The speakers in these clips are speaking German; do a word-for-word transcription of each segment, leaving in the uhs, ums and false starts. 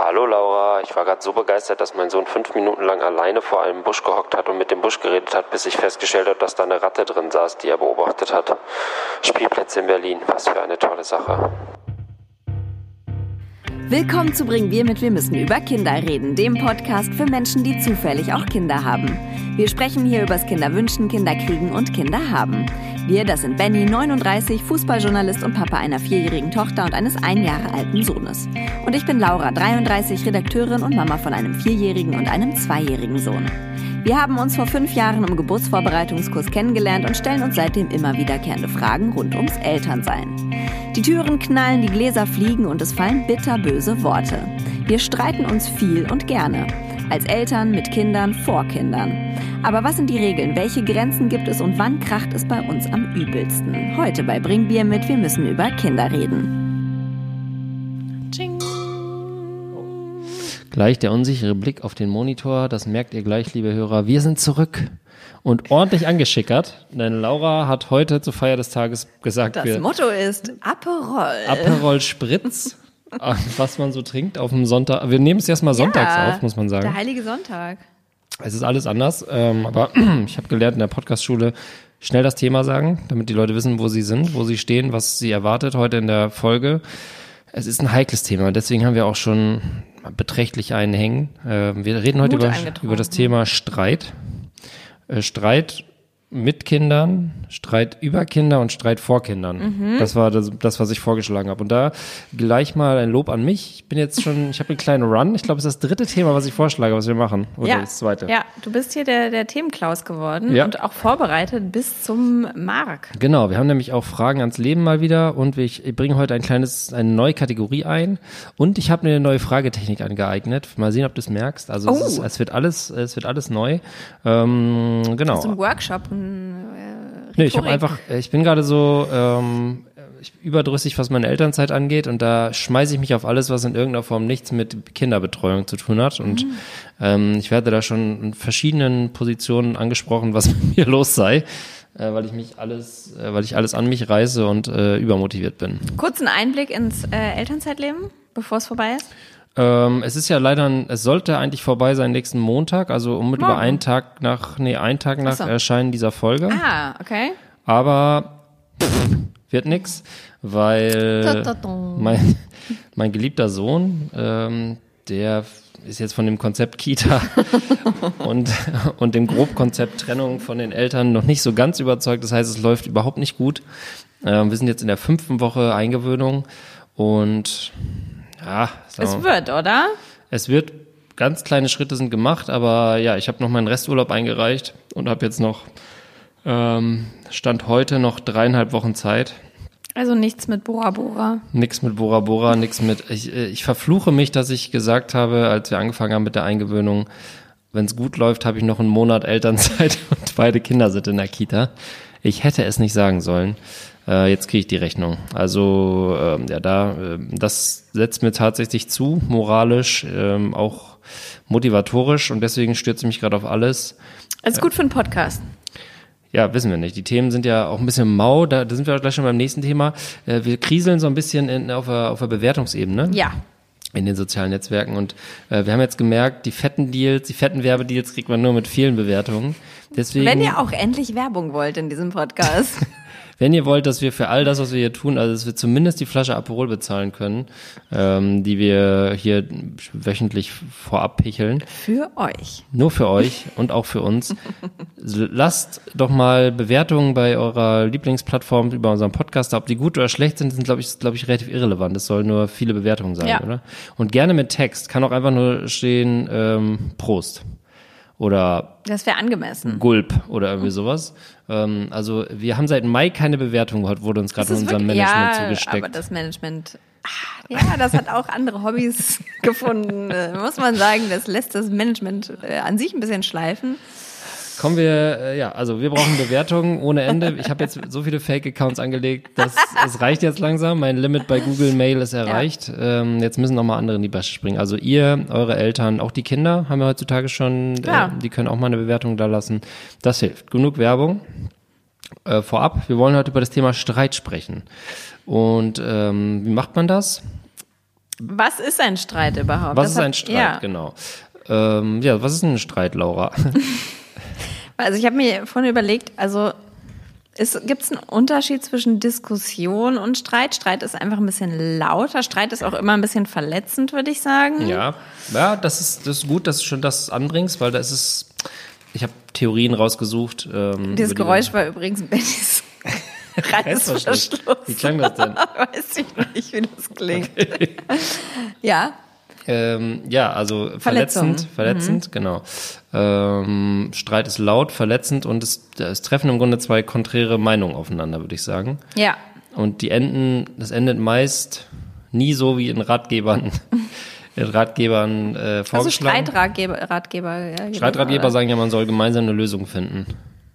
Hallo Laura, ich war gerade so begeistert, dass mein Sohn fünf Minuten lang alleine vor einem Busch gehockt hat und mit dem Busch geredet hat, bis ich festgestellt habe, dass da eine Ratte drin saß, die er beobachtet hat. Spielplätze in Berlin, was für eine tolle Sache. Willkommen zu Bringen wir mit Wir müssen über Kinder reden, dem Podcast für Menschen, die zufällig auch Kinder haben. Wir sprechen hier übers Kinderwünschen, Kinderkriegen und Kinderhaben. Wir, das sind Benny, neununddreißig, Fußballjournalist und Papa einer vierjährigen Tochter und eines ein Jahre alten Sohnes. Und ich bin Laura, dreiunddreißig, Redakteurin und Mama von einem vierjährigen und einem zweijährigen Sohn. Wir haben uns vor fünf Jahren im Geburtsvorbereitungskurs kennengelernt und stellen uns seitdem immer wiederkehrende Fragen rund ums Elternsein. Die Türen knallen, die Gläser fliegen und es fallen bitterböse Worte. Wir streiten uns viel und gerne. Als Eltern, mit Kindern, vor Kindern. Aber was sind die Regeln? Welche Grenzen gibt es und wann kracht es bei uns am übelsten? Heute bei Bring Bier mit, wir müssen über Kinder reden. Tsching. Gleich der unsichere Blick auf den Monitor, das merkt ihr gleich, liebe Hörer. Wir sind zurück und ordentlich angeschickert, denn Laura hat heute zur Feier des Tages gesagt, das wir Motto ist Aperol. Aperol Spritz, was man so trinkt auf dem Sonntag. Wir nehmen es erstmal sonntags ja, auf, muss man sagen. Der heilige Sonntag. Es ist alles anders, ähm, aber ich habe gelernt in der Podcastschule, schnell das Thema sagen, damit die Leute wissen, wo sie sind, wo sie stehen, was sie erwartet heute in der Folge. Es ist ein heikles Thema, deswegen haben wir auch schon beträchtlich einen hängen. Äh, wir reden heute über, über das Thema Streit. Äh, Streit mit Kindern, Streit über Kinder und Streit vor Kindern. Mhm. Das war das, das, was ich vorgeschlagen habe. Und da gleich mal ein Lob an mich. Ich bin jetzt schon, ich habe einen kleinen Run. Ich glaube, es ist das dritte Thema, was ich vorschlage, was wir machen. Oder ja. das zweite. Ja, du bist hier der, der Themenklaus geworden ja. und auch vorbereitet bis zum Mark. Genau, wir haben nämlich auch Fragen ans Leben mal wieder und ich bringe heute ein kleines, eine neue Kategorie ein und ich habe mir eine neue Fragetechnik angeeignet. Mal sehen, ob du es merkst. Also oh. es, ist, es wird alles, es wird alles neu. Ähm, genau. Hast du einen Workshop? Ein, äh, nee, ich habe einfach, ich bin gerade so ähm, ich, überdrüssig, was meine Elternzeit angeht und da schmeiße ich mich auf alles, was in irgendeiner Form nichts mit Kinderbetreuung zu tun hat und mhm. ähm, ich werde da schon in verschiedenen Positionen angesprochen, was mit mir los sei, äh, weil ich mich alles, äh, weil ich alles an mich reiße und äh, übermotiviert bin. Kurzen Einblick ins äh, Elternzeitleben, bevor es vorbei ist. Ähm, es ist ja leider, ein, es sollte eigentlich vorbei sein nächsten Montag, also unmittelbar Morgen. einen Tag nach, nee, einen Tag nach so. Erscheinen dieser Folge. Ah, okay. Aber pff, wird nix, weil mein, mein geliebter Sohn, ähm, der ist jetzt von dem Konzept Kita und, und dem Grobkonzept Trennung von den Eltern noch nicht so ganz überzeugt. Das heißt, es läuft überhaupt nicht gut. Ähm, wir sind jetzt in der fünften Woche Eingewöhnung und ja, es wird, oder? Es wird, ganz kleine Schritte sind gemacht, aber ja, ich habe noch meinen Resturlaub eingereicht und habe jetzt noch, ähm, Stand heute noch dreieinhalb Wochen Zeit. Also nichts mit Bora Bora. Nix mit Bora Bora, nix mit, ich, ich verfluche mich, dass ich gesagt habe, als wir angefangen haben mit der Eingewöhnung, wenn es gut läuft, habe ich noch einen Monat Elternzeit und beide Kinder sind in der Kita. Ich hätte es nicht sagen sollen. Äh, jetzt kriege ich die Rechnung. Also ähm, ja, da äh, das setzt mir tatsächlich zu, moralisch, ähm, auch motivatorisch und deswegen stürze ich mich gerade auf alles. Das ist gut für einen Podcast. Ja, wissen wir nicht. Die Themen sind ja auch ein bisschen mau. Da, da sind wir auch gleich schon beim nächsten Thema. Äh, wir kriseln so ein bisschen in, auf der, auf der Bewertungsebene. Ja. In den sozialen Netzwerken und äh, wir haben jetzt gemerkt, die fetten Deals, die fetten Werbedeals kriegt man nur mit vielen Bewertungen. Deswegen, wenn ihr auch endlich Werbung wollt in diesem Podcast. Wenn ihr wollt, dass wir für all das, was wir hier tun, also dass wir zumindest die Flasche Aperol bezahlen können, ähm, die wir hier wöchentlich vorab picheln. Für euch. Nur für euch und auch für uns. Lasst doch mal Bewertungen bei eurer Lieblingsplattform über unseren Podcast, ob die gut oder schlecht sind, sind glaube ich, glaube ich relativ irrelevant. Es sollen nur viele Bewertungen sein, ja. Oder? Und gerne mit Text. Kann auch einfach nur stehen, ähm, Prost. Oder das wäre angemessen. Gulp oder irgendwie sowas. Ähm, also wir haben seit Mai keine Bewertung gehabt, wurde uns gerade in unserem wirklich, Management ja, zugesteckt. Aber das Management, ach, ja, das hat auch andere Hobbys gefunden. Äh, muss man sagen, das lässt das Management äh, an sich ein bisschen schleifen. Kommen wir, äh, ja, also wir brauchen Bewertungen ohne Ende. Ich habe jetzt so viele Fake-Accounts angelegt, dass es reicht jetzt langsam. Mein Limit bei Google Mail ist erreicht. Ja. Ähm, jetzt müssen noch mal andere in die Bresche springen. Also ihr, eure Eltern, auch die Kinder haben wir heutzutage schon, ja. äh, die können auch mal eine Bewertung da lassen. Das hilft. Genug Werbung. Äh, vorab, wir wollen heute über das Thema Streit sprechen. Und ähm, wie macht man das? Was ist ein Streit überhaupt? Was das ist hat, ein Streit, ja. genau. Ähm, ja, was ist denn ein Streit, Laura? Also ich habe mir vorhin überlegt, also gibt es einen Unterschied zwischen Diskussion und Streit? Streit ist einfach ein bisschen lauter. Streit ist auch immer ein bisschen verletzend, würde ich sagen. Ja, ja, das ist, das ist gut, dass du schon das anbringst, weil da ist es, ich habe Theorien rausgesucht. Ähm, Dieses über die- Geräusch war übrigens Bennys Reißverschluss. Wie klang das denn? Weiß ich nicht, wie das klingt. Ja, Ähm, ja, also Verletzung. verletzend, verletzend, genau. Ähm, Streit ist laut, verletzend und es, es treffen im Grunde zwei konträre Meinungen aufeinander, würde ich sagen. ja. Und die enden, das endet meist nie so wie in Ratgebern, in Ratgebern äh, Also vorgeschlagen. Streitratgeber. Ratgeber, ja, Streitratgeber sagen ja, man soll gemeinsam eine Lösung finden.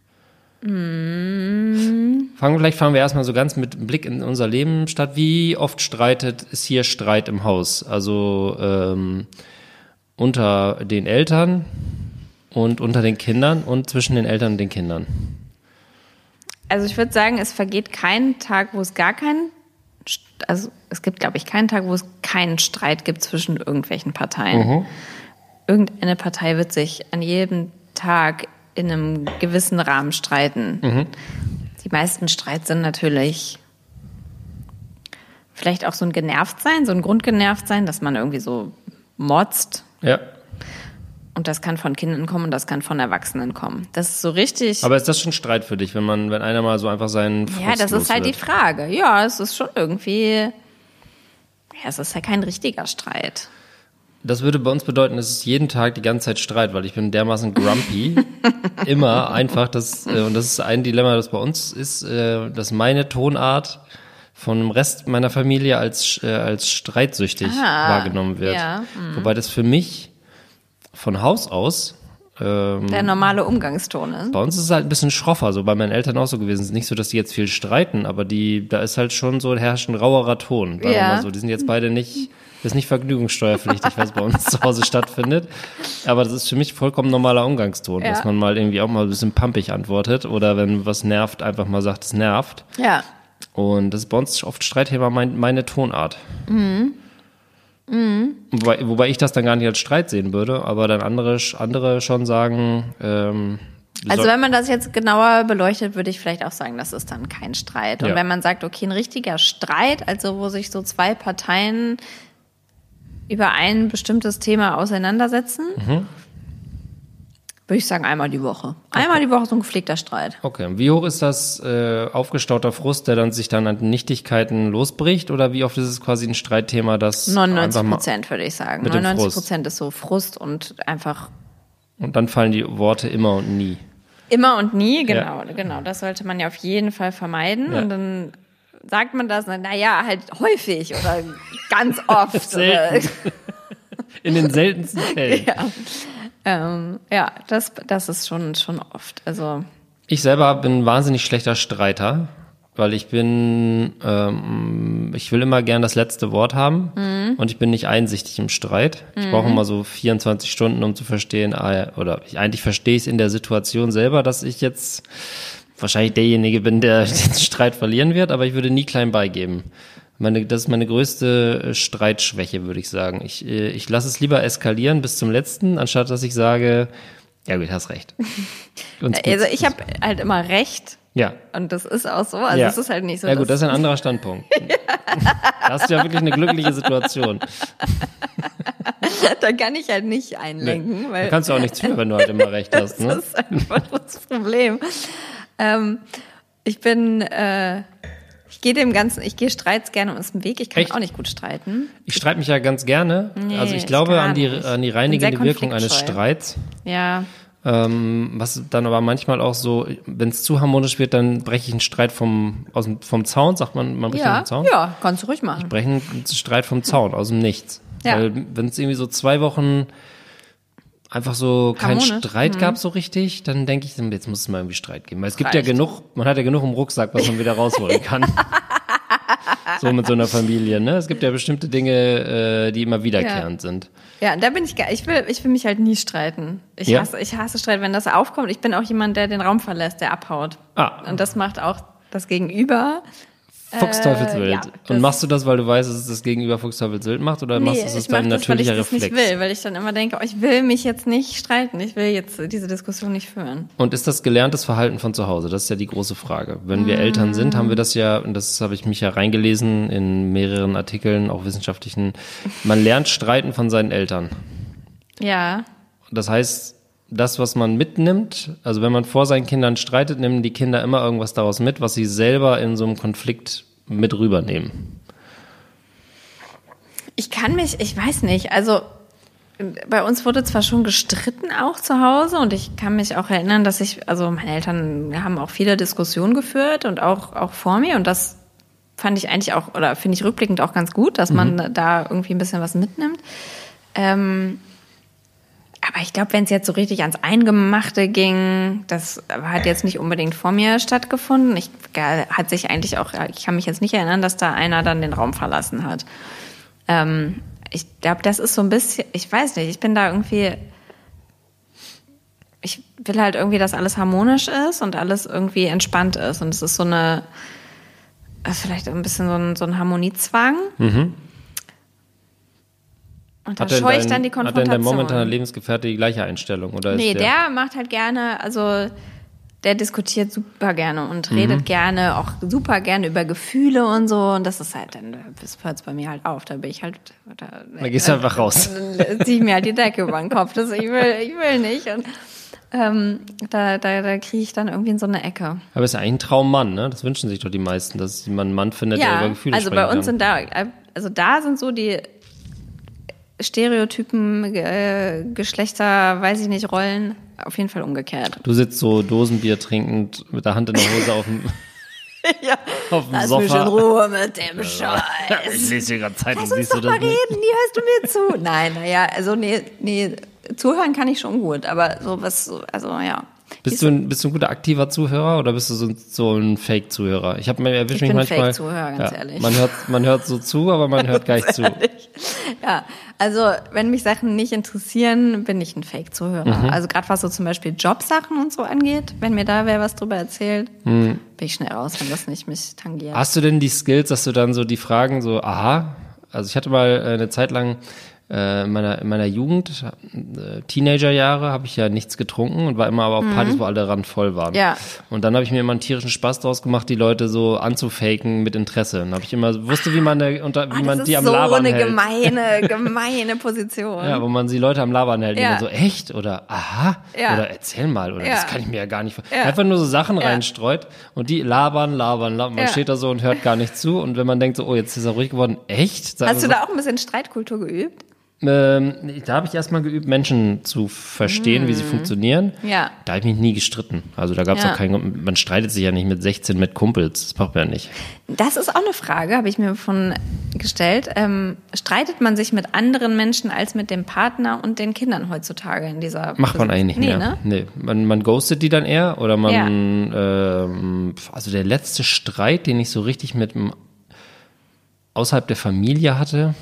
Mm. Fangen, vielleicht fangen wir erstmal so ganz mit Blick in unser Leben statt. Wie oft streitet, ist hier Streit im Haus? Also ähm, unter den Eltern und unter den Kindern und zwischen den Eltern und den Kindern. Also ich würde sagen, es vergeht kein Tag, wo es gar keinen, St- also es gibt, glaube ich, keinen Tag, wo es keinen Streit gibt zwischen irgendwelchen Parteien. Mhm. Irgendeine Partei wird sich an jedem Tag in einem gewissen Rahmen streiten. Mhm. Die meisten Streits sind natürlich vielleicht auch so ein Genervtsein, so ein Grundgenervtsein, dass man irgendwie so motzt. Ja. Und das kann von Kindern kommen und das kann von Erwachsenen kommen. Das ist so richtig. Aber ist das schon Streit für dich, wenn man, wenn einer mal so einfach seinen Frust Ja, das ist halt die loswird? Frage. Ja, es ist schon irgendwie. Ja, es ist ja kein richtiger Streit. Das würde bei uns bedeuten, es ist jeden Tag die ganze Zeit Streit, weil ich bin dermaßen grumpy. Immer einfach. Das, äh, und das ist ein Dilemma, das bei uns ist, äh, dass meine Tonart von dem Rest meiner Familie als, äh, als streitsüchtig Ah, wahrgenommen wird. ja, Wobei das für mich von Haus aus, ähm, Der normale Umgangston ist. bei uns ist es halt ein bisschen schroffer, so bei meinen Eltern auch so gewesen. Es ist nicht so, dass die jetzt viel streiten, aber die, da ist halt schon so, herrscht ein rauerer Ton. Sagen wir Ja. mal so. Die sind jetzt beide nicht, das ist nicht vergnügungssteuerpflichtig, was bei uns zu Hause stattfindet. Aber das ist für mich vollkommen normaler Umgangston, Ja. dass man mal irgendwie auch mal ein bisschen pumpig antwortet oder wenn was nervt, einfach mal sagt, es nervt. Ja. Und das ist bei uns oft Streitthema, mein, meine Tonart. Mhm. Mhm. Wobei, wobei ich das dann gar nicht als Streit sehen würde, aber dann andere, andere schon sagen, ähm, Also soll- wenn man das jetzt genauer beleuchtet, würde ich vielleicht auch sagen, das ist dann kein Streit. Und Ja. wenn man sagt, okay, ein richtiger Streit, also wo sich so zwei Parteien über ein bestimmtes Thema auseinandersetzen, Mhm. würde ich sagen, einmal die Woche. Einmal die Woche so ein gepflegter Streit. Okay, wie hoch ist das äh, aufgestauter Frust, der dann sich dann an Nichtigkeiten losbricht? Oder wie oft ist es quasi ein Streitthema, das neunundneunzig einfach mal, Prozent würde ich sagen. mit dem neunundneunzig Frust. Prozent ist so Frust und einfach und dann fallen die Worte immer und nie. immer und nie, Ja. genau, genau. Das sollte man ja auf jeden Fall vermeiden. Ja. Und dann sagt man das, naja, halt häufig oder ganz oft. Selten. In den seltensten Fällen. ja, ähm, ja das, das ist schon, schon oft. Also Ich selber bin ein wahnsinnig schlechter Streiter, weil ich bin, ähm, ich will immer gern das letzte Wort haben Mhm. und ich bin nicht einsichtig im Streit. Ich brauche immer so vierundzwanzig Stunden, um zu verstehen, ah, oder ich, eigentlich verstehe ich es in der Situation selber, dass ich jetzt wahrscheinlich derjenige bin, der den Streit verlieren wird, aber ich würde nie klein beigeben. Meine, das ist meine größte äh, Streitschwäche, würde ich sagen. Ich, äh, ich lasse es lieber eskalieren bis zum letzten, anstatt dass ich sage, ja gut, hast recht. Uns Also geht's- ich habe halt immer recht ja. und das ist auch so. Also Ja. es ist halt nicht so. Ja gut, das dass- ist ein anderer Standpunkt. Da hast du ja wirklich eine glückliche Situation. da kann ich halt nicht einlenken, Da weil kannst du auch nichts für, wenn du halt immer recht hast. Ne? das ist einfach das Problem. Ähm, ich bin, äh, ich gehe dem Ganzen, ich gehe Streits gerne aus dem Weg. Ich kann Echt? auch nicht gut streiten. Ich streite mich ja ganz gerne. Nee, also ich ich glaube gar an die, nicht. an die Ich bin reinigende sehr Wirkung eines konfliktscheu. Streits. Ja, Ähm, was dann aber manchmal auch so, wenn es zu harmonisch wird, dann breche ich einen Streit vom, aus dem, vom Zaun, sagt man, man bricht ja, den Zaun? ja, kannst du ruhig machen. Brechen einen Streit vom Zaun, aus dem Nichts. Ja. Weil wenn es irgendwie so zwei Wochen einfach so keinen Harmonisch, Streit gab so richtig, dann denke ich, jetzt muss es mal irgendwie Streit geben. Weil es gibt ja Reicht. genug, man hat ja genug im Rucksack, was man wieder rausholen kann. So mit so einer Familie, ne? Es gibt ja bestimmte Dinge, äh, die immer wiederkehrend sind. Ja, da bin ich gar, ich will, ich will mich halt nie streiten. Ich Ja? hasse, ich hasse Streit, wenn das aufkommt. Ich bin auch jemand, der den Raum verlässt, der abhaut. Ah. Und das macht auch das Gegenüber Fuchsteufelswild. Äh, ja, und machst du das, weil du weißt, dass es das Gegenüber Fuchsteufelswild macht, oder nee, machst du es ich dein mach das, natürlicher weil ich Reflex? Das nicht will, weil ich dann immer denke, oh, ich will mich jetzt nicht streiten, ich will jetzt diese Diskussion nicht führen. Und ist das gelerntes Verhalten von zu Hause? Das ist ja die große Frage. Wenn wir mm. Eltern sind, haben wir das ja, und das habe ich mich ja reingelesen in mehreren Artikeln, auch wissenschaftlichen, man lernt Streiten von seinen Eltern. Ja. Das heißt, das, was man mitnimmt, also wenn man vor seinen Kindern streitet, nehmen die Kinder immer irgendwas daraus mit, was sie selber in so einem Konflikt mit rübernehmen. Ich kann mich, ich weiß nicht, also bei uns wurde zwar schon gestritten auch zu Hause und ich kann mich auch erinnern, dass ich, also meine Eltern haben auch viele Diskussionen geführt und auch, auch vor mir und das fand ich eigentlich auch, oder finde ich rückblickend auch ganz gut, dass man mhm. da irgendwie ein bisschen was mitnimmt. Ähm, Aber ich glaube, wenn es jetzt so richtig ans Eingemachte ging, das hat jetzt nicht unbedingt vor mir stattgefunden. Ich hat sich eigentlich auch, ich kann mich jetzt nicht erinnern, dass da einer dann den Raum verlassen hat. Ähm, ich glaube, das ist so ein bisschen, ich weiß nicht, ich bin da irgendwie, ich will halt irgendwie, dass alles harmonisch ist und alles irgendwie entspannt ist. Und es ist so eine, vielleicht ein bisschen so ein, so ein Harmoniezwang. Mhm. Und da scheue ich dann die Konfrontation. Hat denn dein momentaner Lebensgefährte die gleiche Einstellung? Oder nee, ist der, der macht halt gerne, also der diskutiert super gerne und redet mhm. gerne, auch super gerne über Gefühle und so. Und das ist halt, dann hört es bei mir halt auf. Da bin ich halt... Da, da gehst du einfach raus. Dann zieh ich mir halt die Decke über den Kopf. Das, ich, will, ich will nicht. Und ähm, da, da, da kriege ich dann irgendwie in so eine Ecke. Aber ist ja eigentlich ein Traummann, ne? Das wünschen sich doch die meisten, dass man einen Mann findet, ja, der über Gefühle also sprechen bei uns kann. sind da... Also da sind so die... Stereotypen, äh, Geschlechter, weiß ich nicht, Rollen, auf jeden Fall umgekehrt. Du sitzt so Dosenbier trinkend mit der Hand in der Hose auf dem, ja. auf dem Lass Sofa. Lass mich in Ruhe mit dem Scheiß. Ich lese hier gerade Zeitung, Lass uns siehst doch du mal das reden, nicht? nie hörst du mir zu. Nein, naja, also nee, nee, zuhören kann ich schon gut, aber so was, also ja. Bist du, ein, bist du ein guter aktiver Zuhörer oder bist du so, so ein Fake-Zuhörer? Ich habe mir erwischt mich manchmal. Ich bin Fake-Zuhörer, ganz ja, ehrlich. Man hört, man hört so zu, aber man hört gar nicht zu. Ja, also wenn mich Sachen nicht interessieren, bin ich ein Fake-Zuhörer. Mhm. Also gerade was so zum Beispiel Jobsachen und so angeht, wenn mir da wer was drüber erzählt, mhm. bin ich schnell raus, wenn das nicht mich tangiert. Hast du denn die Skills, dass du dann so die Fragen so, aha, also ich hatte mal eine Zeit lang in meiner, in meiner Jugend, äh, Teenagerjahre, habe ich ja nichts getrunken und war immer aber auf mhm. Partys, wo alle randvoll waren. Ja. Und dann habe ich mir immer einen tierischen Spaß draus gemacht, die Leute so anzufaken mit Interesse. Dann habe ich immer, wusste, wie man, der, unter, wie oh, man die am so Labern hält. Das ist so eine gemeine, gemeine Position. Ja, wo man die Leute am Labern hält. Ja. Die dann so, echt? Oder aha? Ja. Oder erzähl mal. Oder ja. das kann ich mir ja gar nicht vorstellen. Ja. Einfach nur so Sachen ja. reinstreut und die labern, labern, labern. Man ja. steht da so und hört gar nicht zu. Und wenn man denkt so, oh, jetzt ist er ruhig geworden. Echt? Sag Hast du so, da auch ein bisschen Streitkultur geübt? Ähm, da habe ich erstmal geübt, Menschen zu verstehen, mm. wie sie funktionieren. Ja. Da habe ich mich nie gestritten. Also da gab es ja. auch keinen, man streitet sich ja nicht mit sechzehn mit Kumpels, das braucht man ja nicht. Das ist auch eine Frage, habe ich mir von gestellt. Ähm, streitet man sich mit anderen Menschen als mit dem Partner und den Kindern heutzutage in dieser Macht man eigentlich nicht nee, mehr. Ne? Nee, man, man ghostet die dann eher oder man, ja. ähm, also der letzte Streit, den ich so richtig mit außerhalb der Familie hatte,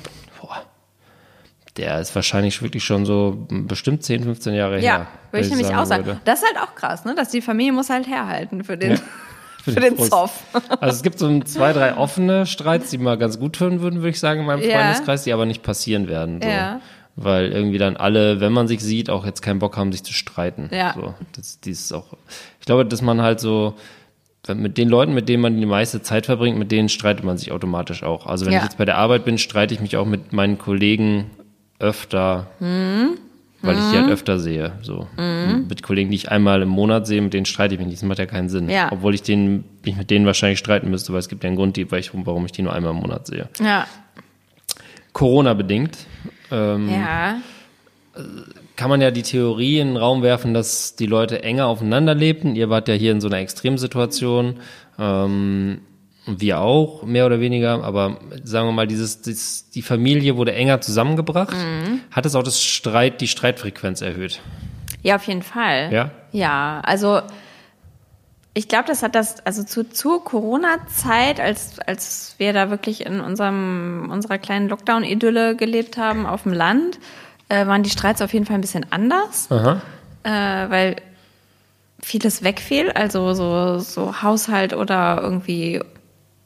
der ist wahrscheinlich wirklich schon so bestimmt zehn, fünfzehn Jahre ja, her. Ja, würde ich nämlich auch sagen. Würde. Das ist halt auch krass, ne? Dass die Familie muss halt herhalten für den, ja, für, für den, den Zoff. Also es gibt so zwei, drei offene Streits, die mal ganz gut hören würden, würde ich sagen, in meinem ja. Freundeskreis, die aber nicht passieren werden. So. Ja. Weil irgendwie dann alle, wenn man sich sieht, auch jetzt keinen Bock haben, sich zu streiten. Ja. So, das, dieses auch, ich glaube, dass man halt so mit den Leuten, mit denen man die meiste Zeit verbringt, mit denen streitet man sich automatisch auch. Also wenn ja. ich jetzt bei der Arbeit bin, streite ich mich auch mit meinen Kollegen öfter, mhm. weil ich die halt öfter sehe. So. Mhm. Mit Kollegen, die ich einmal im Monat sehe, mit denen streite ich mich nicht. Das macht ja keinen Sinn. Ja. Obwohl ich den, mich mit denen wahrscheinlich streiten müsste, weil es gibt ja einen Grund, warum ich die nur einmal im Monat sehe. Ja. Corona-bedingt. Ähm, ja. Kann man ja die Theorie in den Raum werfen, dass die Leute enger aufeinander lebten. Ihr wart ja hier in so einer Extremsituation. Ähm, wir auch, mehr oder weniger, aber sagen wir mal, dieses, dieses die Familie wurde enger zusammengebracht. Mhm. Hat es auch das Streit, die Streitfrequenz erhöht? Ja, auf jeden Fall. Ja? Ja, also ich glaube, das hat das, also zu, zur Corona-Zeit, als, als wir da wirklich in unserem, unserer kleinen Lockdown-Idylle gelebt haben auf dem Land, äh, waren die Streits auf jeden Fall ein bisschen anders. Aha. Äh, weil vieles wegfiel, also so, so Haushalt oder irgendwie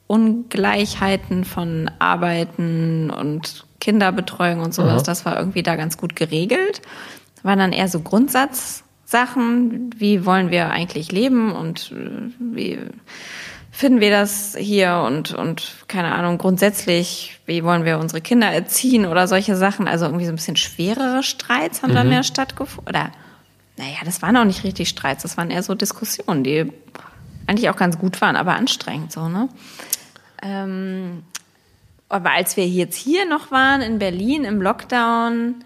Ungleichheiten von Arbeiten und Kinderbetreuung und sowas, mhm. das war irgendwie da ganz gut geregelt. Das waren dann eher so Grundsatzsachen, wie wollen wir eigentlich leben und wie finden wir das hier und, und keine Ahnung, grundsätzlich, wie wollen wir unsere Kinder erziehen oder solche Sachen. Also irgendwie so ein bisschen schwerere Streits haben mhm. da mehr stattgefunden. Oder, naja, das waren auch nicht richtig Streits, das waren eher so Diskussionen, die eigentlich auch ganz gut waren, aber anstrengend so, ne? Ähm, aber als wir jetzt hier noch waren, in Berlin, im Lockdown,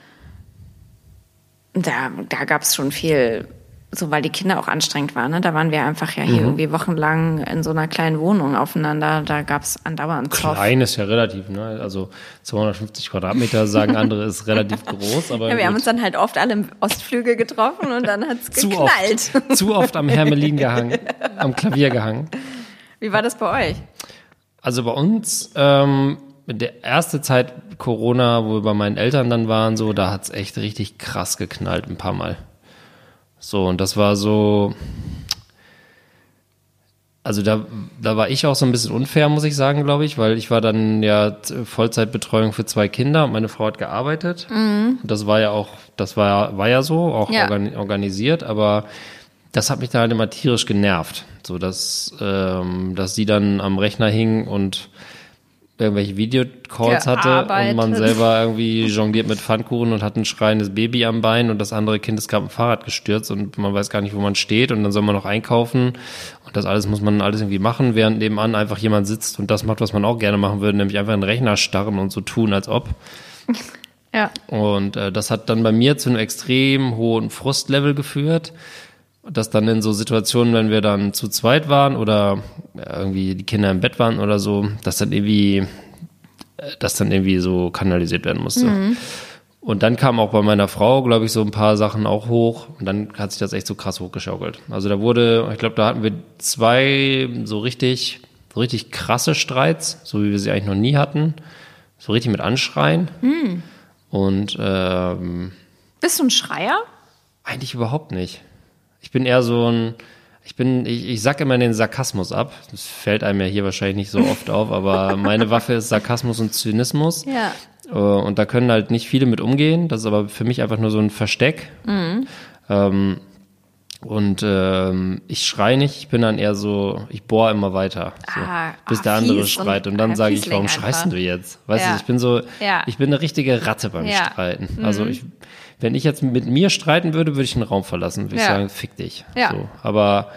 da, da gab es schon viel... So, weil die Kinder auch anstrengend waren, ne? Da waren wir einfach ja hier mhm. irgendwie wochenlang in so einer kleinen Wohnung aufeinander. Da gab es andauernd Zoff. Klein ist ja relativ, ne? Also zweihundertfünfzig Quadratmeter, sagen andere, ist relativ groß. Aber ja, wir gut. haben uns dann halt oft alle im Ostflügel getroffen und dann hat's geknallt. Zu oft, zu oft am Hermelin gehangen, am Klavier gehangen. Wie war das bei euch? Also bei uns, ähm, der erste Zeit Corona, wo wir bei meinen Eltern dann waren, so, da hat's echt richtig krass geknallt, ein paar Mal. So, und das war so, also da, da war ich auch so ein bisschen unfair, muss ich sagen, glaube ich, weil ich war dann ja Vollzeitbetreuung für zwei Kinder und meine Frau hat gearbeitet. Mhm. Und das war ja auch, das war, war ja so, auch ja. Organi- organisiert, aber das hat mich dann halt immer tierisch genervt, so dass, ähm, dass sie dann am Rechner hing und irgendwelche Videocalls hatte und man selber irgendwie jongliert mit Pfannkuchen und hat ein schreiendes Baby am Bein und das andere Kind ist gerade mit dem Fahrrad gestürzt und man weiß gar nicht, wo man steht und dann soll man noch einkaufen und das alles muss man alles irgendwie machen, während nebenan einfach jemand sitzt und das macht, was man auch gerne machen würde, nämlich einfach einen Rechner starren und so tun, als ob. Ja. Und äh, das hat dann bei mir zu einem extrem hohen Frustlevel geführt. Das dann in so Situationen, wenn wir dann zu zweit waren oder irgendwie die Kinder im Bett waren oder so, dass dann irgendwie, das dann irgendwie so kanalisiert werden musste. Mhm. Und dann kamen auch bei meiner Frau, glaube ich, so ein paar Sachen auch hoch und dann hat sich das echt so krass hochgeschaukelt. Also da wurde, ich glaube, da hatten wir zwei so richtig, so richtig krasse Streits, so wie wir sie eigentlich noch nie hatten, so richtig mit Anschreien. Mhm. Und ähm, bist du ein Schreier? Eigentlich überhaupt nicht. Ich bin eher so ein, ich bin, ich, ich sack immer den Sarkasmus ab. Das fällt einem ja hier wahrscheinlich nicht so oft auf, aber meine Waffe ist Sarkasmus und Zynismus. Ja. Und da können halt nicht viele mit umgehen. Das ist aber für mich einfach nur so ein Versteck. Mhm. Ähm, und ähm, ich schreie nicht, ich bin dann eher so, ich bohre immer weiter, so, ah, bis oh, der andere fies schreit. Und, und dann sage ich, Fiesling warum schreist einfach. du jetzt? Weißt ja. du, ich bin so, ja. ich bin eine richtige Ratte beim ja. Streiten. Mhm. Also ich, wenn ich jetzt mit mir streiten würde, würde ich den Raum verlassen. Würde ich ja. sagen, fick dich. Ja. So. Aber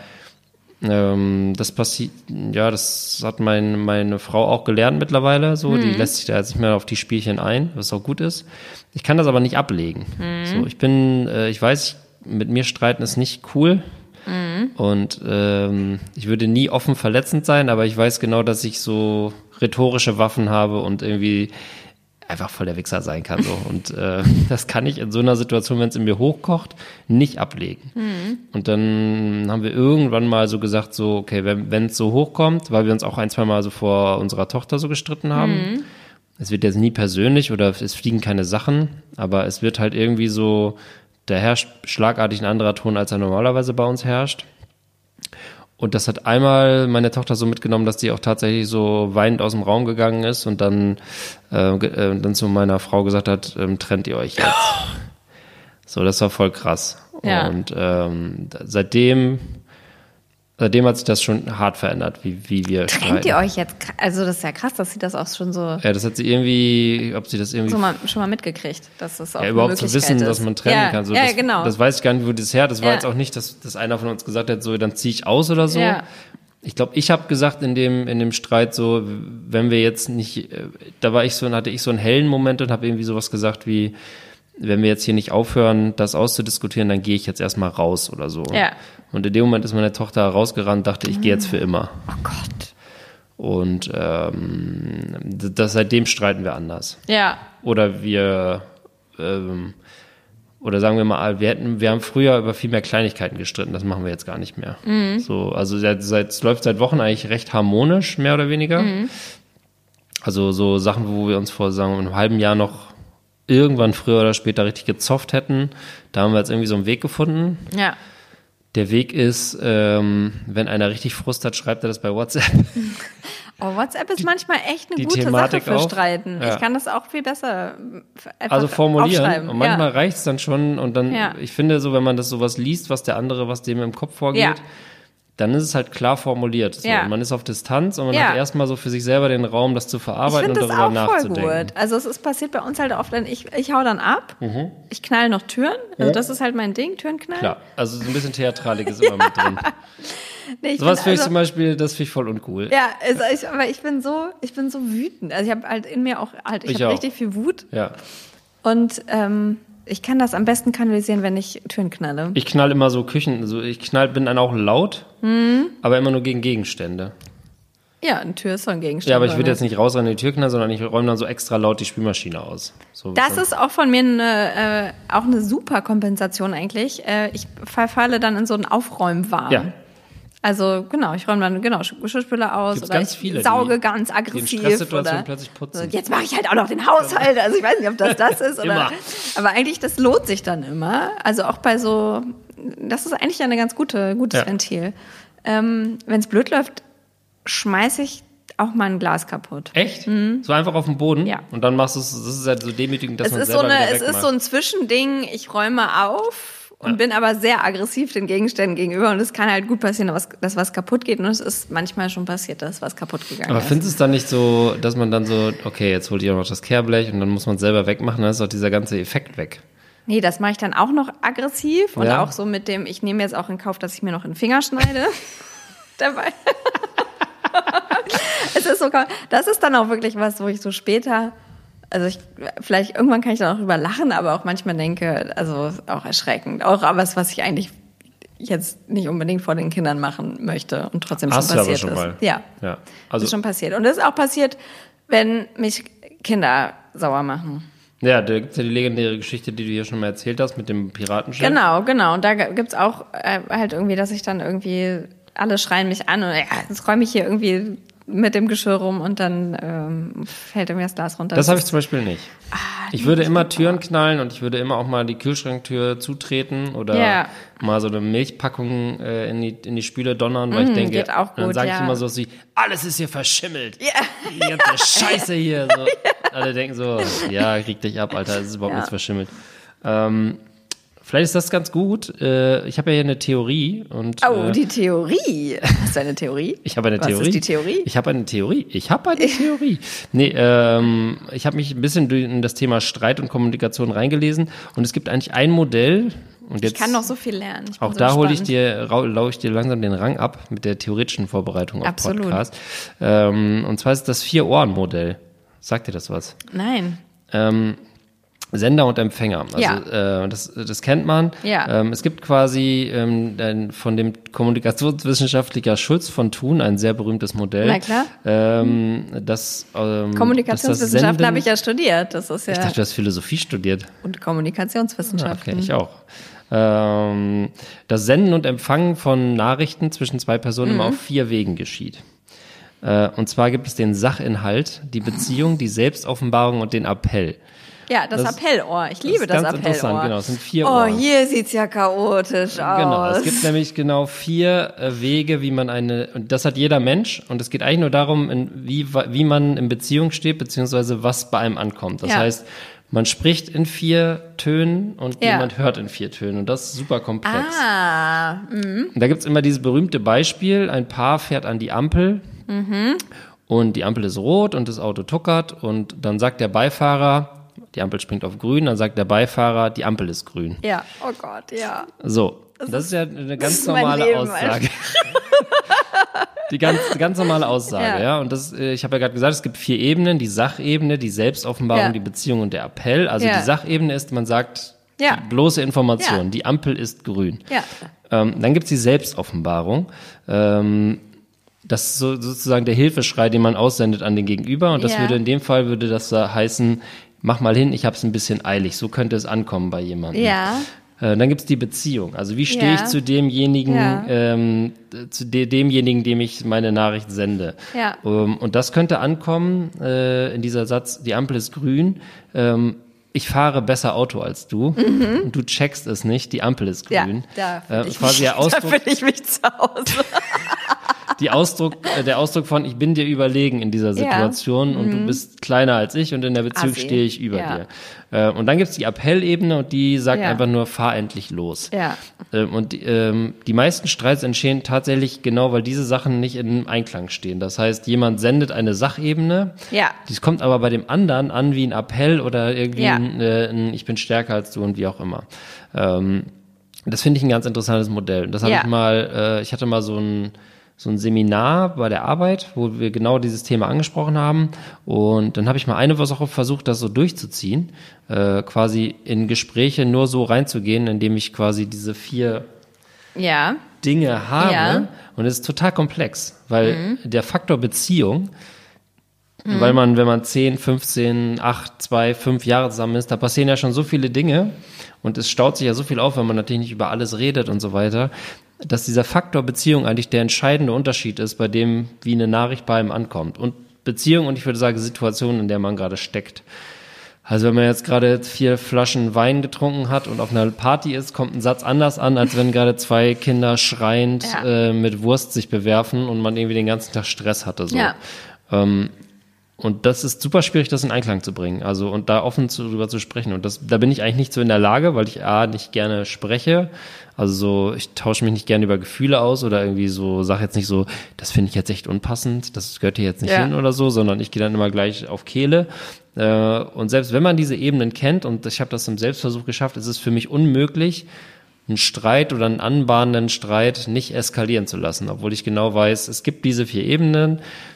ähm, das passiert, ja, das hat mein, meine Frau auch gelernt mittlerweile. So, mhm. die lässt sich da jetzt nicht mehr auf die Spielchen ein, was auch gut ist. Ich kann das aber nicht ablegen. Mhm. So, ich bin, äh, ich weiß, mit mir streiten ist nicht cool. Mhm. Und ähm, ich würde nie offen verletzend sein, aber ich weiß genau, dass ich so rhetorische Waffen habe und irgendwie einfach voll der Wichser sein kann. So. Und äh, das kann ich in so einer Situation, wenn es in mir hochkocht, nicht ablegen. Mhm. Und dann haben wir irgendwann mal so gesagt, so, okay, wenn es so hochkommt, weil wir uns auch ein, zwei Mal so vor unserer Tochter so gestritten haben, mhm. es wird jetzt nie persönlich oder es fliegen keine Sachen, aber es wird halt irgendwie so, da herrscht schlagartig ein anderer Ton, als er normalerweise bei uns herrscht. Und das hat einmal meine Tochter so mitgenommen, dass die auch tatsächlich so weinend aus dem Raum gegangen ist und dann, äh, äh, dann zu meiner Frau gesagt hat, ähm, trennt ihr euch jetzt. So, das war voll krass. Ja. Und ähm, seitdem, seitdem hat sich das schon hart verändert, wie, wie wir Trennt streiten. ihr euch jetzt? Also das ist ja krass, dass sie das auch schon so, Ja, das hat sie irgendwie, ob sie das irgendwie so mal, schon mal mitgekriegt, dass das auch ja, eine überhaupt zu Möglichkeit wissen, ist. dass man trennen ja, kann. So, ja, das, genau. das weiß ich gar nicht, wo das her. Das war Ja. jetzt auch nicht, dass, dass einer von uns gesagt hat, so, dann ziehe ich aus oder so. Ja. Ich glaube, ich habe gesagt in dem in dem Streit so, wenn wir jetzt nicht, äh, da war ich so, hatte ich so einen hellen Moment und habe irgendwie sowas gesagt wie, wenn wir jetzt hier nicht aufhören, das auszudiskutieren, dann gehe ich jetzt erstmal raus oder so. Ja. Und in dem Moment ist meine Tochter rausgerannt, dachte, ich gehe jetzt für immer. Oh Gott. Und ähm, das, seitdem streiten wir anders. Ja. Oder wir, ähm, oder sagen wir mal, wir hätten, wir haben früher über viel mehr Kleinigkeiten gestritten, das machen wir jetzt gar nicht mehr. Mhm. So, also seit, seit, es läuft seit Wochen eigentlich recht harmonisch, mehr oder weniger. Mhm. Also so Sachen, wo wir uns vor, sagen wir, einem halben Jahr noch irgendwann früher oder später richtig gezofft hätten, da haben wir jetzt irgendwie so einen Weg gefunden. Ja. Der Weg ist, ähm, wenn einer richtig Frust hat, schreibt er das bei WhatsApp. Oh, WhatsApp ist die, manchmal echt eine die gute Thematik Sache für auf. Streiten. Ja. Ich kann das auch viel besser einfach Also formulieren. aufschreiben. Und manchmal ja. reicht es dann schon. Und dann, Ja. ich finde so, wenn man das sowas liest, was der andere, was dem im Kopf vorgeht, Ja. dann ist es halt klar formuliert. So. Ja. Und man ist auf Distanz und man Ja. hat erstmal so für sich selber den Raum, das zu Ich verarbeiten finde und das darüber auch voll nachzudenken. gut. Also es ist passiert bei uns halt oft, wenn ich, ich hau dann ab, Mhm. ich knall noch Türen, also das ist halt mein Ding, Türen knallen. Klar, also so ein bisschen Theatralik ist immer mit drin. Nee, ich Sowas bin finde ich also- zum Beispiel, das finde ich voll uncool. Ja, also ich, aber ich bin so, ich bin so wütend. Also ich habe halt in mir auch halt, ich, Ich habe auch. richtig viel Wut Ja. und ähm, ich kann das am besten kanalisieren, wenn ich Türen knalle. Ich knall immer so Küchen, also ich knall, bin dann auch laut, Mhm. aber immer nur gegen Gegenstände. Ja, eine Tür ist so ein Gegenstand. Ja, aber ich würde oder? jetzt nicht rausrennen in die Tür knallen, sondern ich räume dann so extra laut die Spülmaschine aus. So, Das so. ist auch von mir eine, äh, auch eine super Kompensation eigentlich. Äh, ich verfalle dann in so einen Aufräumwahn. Ja. Also genau, ich räume dann genau Geschirrspüler aus Gibt's oder ganz ich viele, sauge die- ganz die in aggressiv. Stresssituationen oder plötzlich putzen. So, jetzt mache ich halt auch noch den Haushalt. Also ich weiß nicht, ob das das ist oder. Immer. Aber eigentlich das lohnt sich dann immer. Also auch bei so, das ist eigentlich eine ganz gute gutes Ja. Ventil. Ähm, Wenn es blöd läuft, schmeiße ich auch mal ein Glas kaputt. Echt? So einfach auf dem Boden? Mhm. Ja. Und dann machst du es, das ist halt so demütigend, dass Es man ist, so selber eine, wieder es wegmacht. ist so ein Zwischending, ich räume auf und Ja. bin aber sehr aggressiv den Gegenständen gegenüber und es kann halt gut passieren, dass, dass was kaputt geht und es ist manchmal schon passiert, dass was kaputt gegangen Aber ist. findest du es dann nicht so, dass man dann so, okay, jetzt holt ihr auch noch das Kehrblech und dann muss man es selber wegmachen, dann ist auch dieser ganze Effekt weg. Nee, das mache ich dann auch noch aggressiv und Ja. auch so mit dem, ich nehme jetzt auch in Kauf, dass ich mir noch in den Finger schneide dabei. Es ist so, das ist dann auch wirklich was, wo ich so später, also ich, vielleicht irgendwann kann ich dann auch drüber lachen, aber auch manchmal denke, also ist auch erschreckend. Auch was, was ich eigentlich jetzt nicht unbedingt vor den Kindern machen möchte und trotzdem Hast schon du aber passiert schon ist. mal. Ja, Ja. also Also, ist schon passiert. Und das ist auch passiert, wenn mich Kinder sauer machen. ja, da gibt's ja die legendäre Geschichte, die du hier schon mal erzählt hast mit dem Piratenschiff. Genau, genau. Und da gibt's auch äh, halt irgendwie, dass ich dann irgendwie, alle schreien mich an und ja, jetzt räume ich hier irgendwie mit dem Geschirr rum und dann ähm, fällt irgendwie das Glas runter. Das habe ich zum Beispiel nicht. Ah, Ich würde immer Türen knallen und ich würde immer auch mal die Kühlschranktür zutreten oder Ja. mal so eine Milchpackung äh, in, die, in die Spüle donnern, weil ich denke, geht auch dann gut, sage ich ja. immer so wie, alles ist hier verschimmelt. Ja. Die ganze Scheiße hier. So. Alle denken so, ja, krieg dich ab, Alter, es ist überhaupt Ja. nichts verschimmelt. Ähm, vielleicht ist das ganz gut. Äh, ich habe ja hier eine Theorie und Oh, äh, die Theorie. Hast du eine Theorie? ich habe eine Was Theorie. ist die Theorie? Ich habe eine Theorie. Ich habe eine Theorie. Nee, ähm, ich habe mich ein bisschen in das Thema Streit und Kommunikation reingelesen und es gibt eigentlich ein Modell und jetzt Ich kann noch so viel lernen. Ich bin auch so da hole ich gespannt. dir, rau- lau ich dir langsam den Rang ab mit der theoretischen Vorbereitung auf Absolut. Podcast. Ähm, und zwar ist das Vier-Ohren-Modell. Sagt dir das was? Nein. Ähm, Sender und Empfänger. Also Ja. äh, das, das kennt man. Ja. Ähm, es gibt quasi ähm, ein, von dem Kommunikationswissenschaftler Schulz von Thun ein sehr berühmtes Modell. Na klar. Ähm, das, ähm, Kommunikationswissenschaften das Senden- habe ich ja studiert. Das ist ja Ich dachte, du hast Philosophie studiert. und Kommunikationswissenschaften. Okay, ich auch. Ähm, das Senden und Empfangen von Nachrichten zwischen zwei Personen Mhm. immer auf vier Wegen geschieht. Äh, und zwar gibt es den Sachinhalt, die Beziehung, die Selbstoffenbarung und den Appell. Ja, das, Das- Appellohr. Ich liebe ist das, ganz interessant, Appellohr. genau, es sind vier Oh, Ohren. hier sieht's ja chaotisch aus. Genau, es gibt nämlich genau vier äh, Wege, wie man eine, und das hat jeder Mensch, und es geht eigentlich nur darum, in, wie, wa- wie man in Beziehung steht, beziehungsweise was bei einem ankommt. Das Ja. heißt, man spricht in vier Tönen und Ja. jemand hört in vier Tönen, und das ist super komplex. Ah, Und da gibt's immer dieses berühmte Beispiel, ein Paar fährt an die Ampel und die Ampel ist rot und das Auto tuckert und dann sagt der Beifahrer, die Ampel springt auf grün, dann sagt der Beifahrer, die Ampel ist grün. ja. Oh Gott, ja. So, das, ist ja eine ganz ist mein normale Leben, Aussage. Die ganz, die ganz normale Aussage, ja. Ja. Und das, äh, ich habe ja gerade gesagt, es gibt vier Ebenen, die Sachebene, die Selbstoffenbarung, Ja. die Beziehung und der Appell. Also Ja. die Sachebene ist, man sagt, Ja. die bloße Information, Ja. die Ampel ist grün. Ja. Ähm, dann gibt's die Selbstoffenbarung. Ähm, das ist so, sozusagen der Hilfeschrei, den man aussendet an den Gegenüber. Und das Ja. würde in dem Fall, würde das da heißen, mach mal hin, ich hab's ein bisschen eilig. So könnte es ankommen bei jemandem. Ja. Äh, dann gibt's die Beziehung. Also wie stehe Ja. ich zu demjenigen, Ja. ähm, zu de demjenigen, dem ich meine Nachricht sende. Ja. Ähm, und das könnte ankommen äh, in dieser Satz, die Ampel ist grün, ähm, ich fahre besser Auto als du und du checkst es nicht, die Ampel ist Ja, grün. da äh, finde ich, quasi mich- der Ausdruck, da find ich mich zu Hause. die Ausdruck, äh, der Ausdruck von, ich bin dir überlegen in dieser Situation ja. und mhm. du bist kleiner als ich und in der Beziehung Assi. stehe ich über ja. dir. Äh, und dann gibt's die Appellebene und die sagt ja. einfach nur, fahr endlich los. Ja. Äh, und ähm, die meisten Streits entstehen tatsächlich genau, weil diese Sachen nicht in Einklang stehen. Das heißt, jemand sendet eine Sachebene, ja. dies kommt aber bei dem anderen an wie ein Appell oder irgendwie ja. ein, äh, ein ich bin stärker als du und wie auch immer. Ähm, das finde ich ein ganz interessantes Modell. Das habe ja. ich mal, äh, ich hatte mal so ein so ein Seminar bei der Arbeit, wo wir genau dieses Thema angesprochen haben. Und dann habe ich mal eine Woche versucht, das so durchzuziehen, äh, quasi in Gespräche nur so reinzugehen, indem ich quasi diese vier ja. Dinge habe. Ja. Und es ist total komplex, weil mhm. der Faktor Beziehung, mhm. weil man, wenn man zehn, fünfzehn, acht, zwei, fünf Jahre zusammen ist, da passieren ja schon so viele Dinge und es staut sich ja so viel auf, wenn man natürlich nicht über alles redet und so weiter, dass dieser Faktor Beziehung eigentlich der entscheidende Unterschied ist bei dem, wie eine Nachricht bei einem ankommt. Und Beziehung und ich würde sagen Situation, in der man gerade steckt. Also wenn man jetzt gerade vier Flaschen Wein getrunken hat und auf einer Party ist, kommt ein Satz anders an, als wenn gerade zwei Kinder schreiend ja. äh, mit Wurst sich bewerfen und man irgendwie den ganzen Tag Stress hatte. So. Ja. Ähm, Und das ist super schwierig, das in Einklang zu bringen. Also, und da offen zu, drüber zu sprechen. Und das, da bin ich eigentlich nicht so in der Lage, weil ich A, nicht gerne spreche. Also so, ich tausche mich nicht gerne über Gefühle aus oder irgendwie so, sag jetzt nicht so, das finde ich jetzt echt unpassend, das gehört hier jetzt nicht ja. hin oder so, sondern ich gehe dann immer gleich auf Kehle. Und selbst wenn man diese Ebenen kennt, und ich habe das im Selbstversuch geschafft, ist es für mich unmöglich, einen Streit oder einen anbahnenden Streit nicht eskalieren zu lassen, obwohl ich genau weiß, es gibt diese vier Ebenen.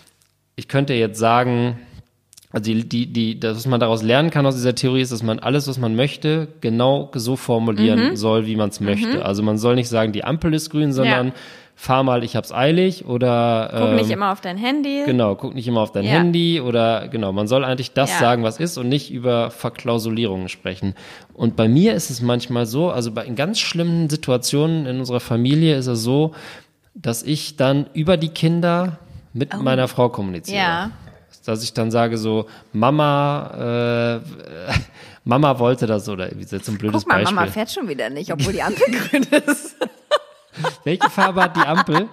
Ich könnte jetzt sagen, also die, die, die, das, was man daraus lernen kann aus dieser Theorie, ist, dass man alles, was man möchte, genau so formulieren mhm. soll, wie man es möchte. Mhm. Also man soll nicht sagen, die Ampel ist grün, sondern ja. fahr mal, ich hab's eilig oder guck ähm, nicht immer auf dein Handy. Genau, guck nicht immer auf dein ja. Handy oder genau, man soll eigentlich das ja. sagen, was ist und nicht über Verklausulierungen sprechen. Und bei mir ist es manchmal so, also bei in ganz schlimmen Situationen in unserer Familie ist es so, dass ich dann über die Kinder mit oh. meiner Frau kommuniziere. Ja. Dass ich dann sage so, Mama, äh, Mama wollte das oder wie ist jetzt ein blödes Guck mal, Beispiel. Mama fährt schon wieder nicht, obwohl die Ampel grün ist. Welche Farbe hat die Ampel?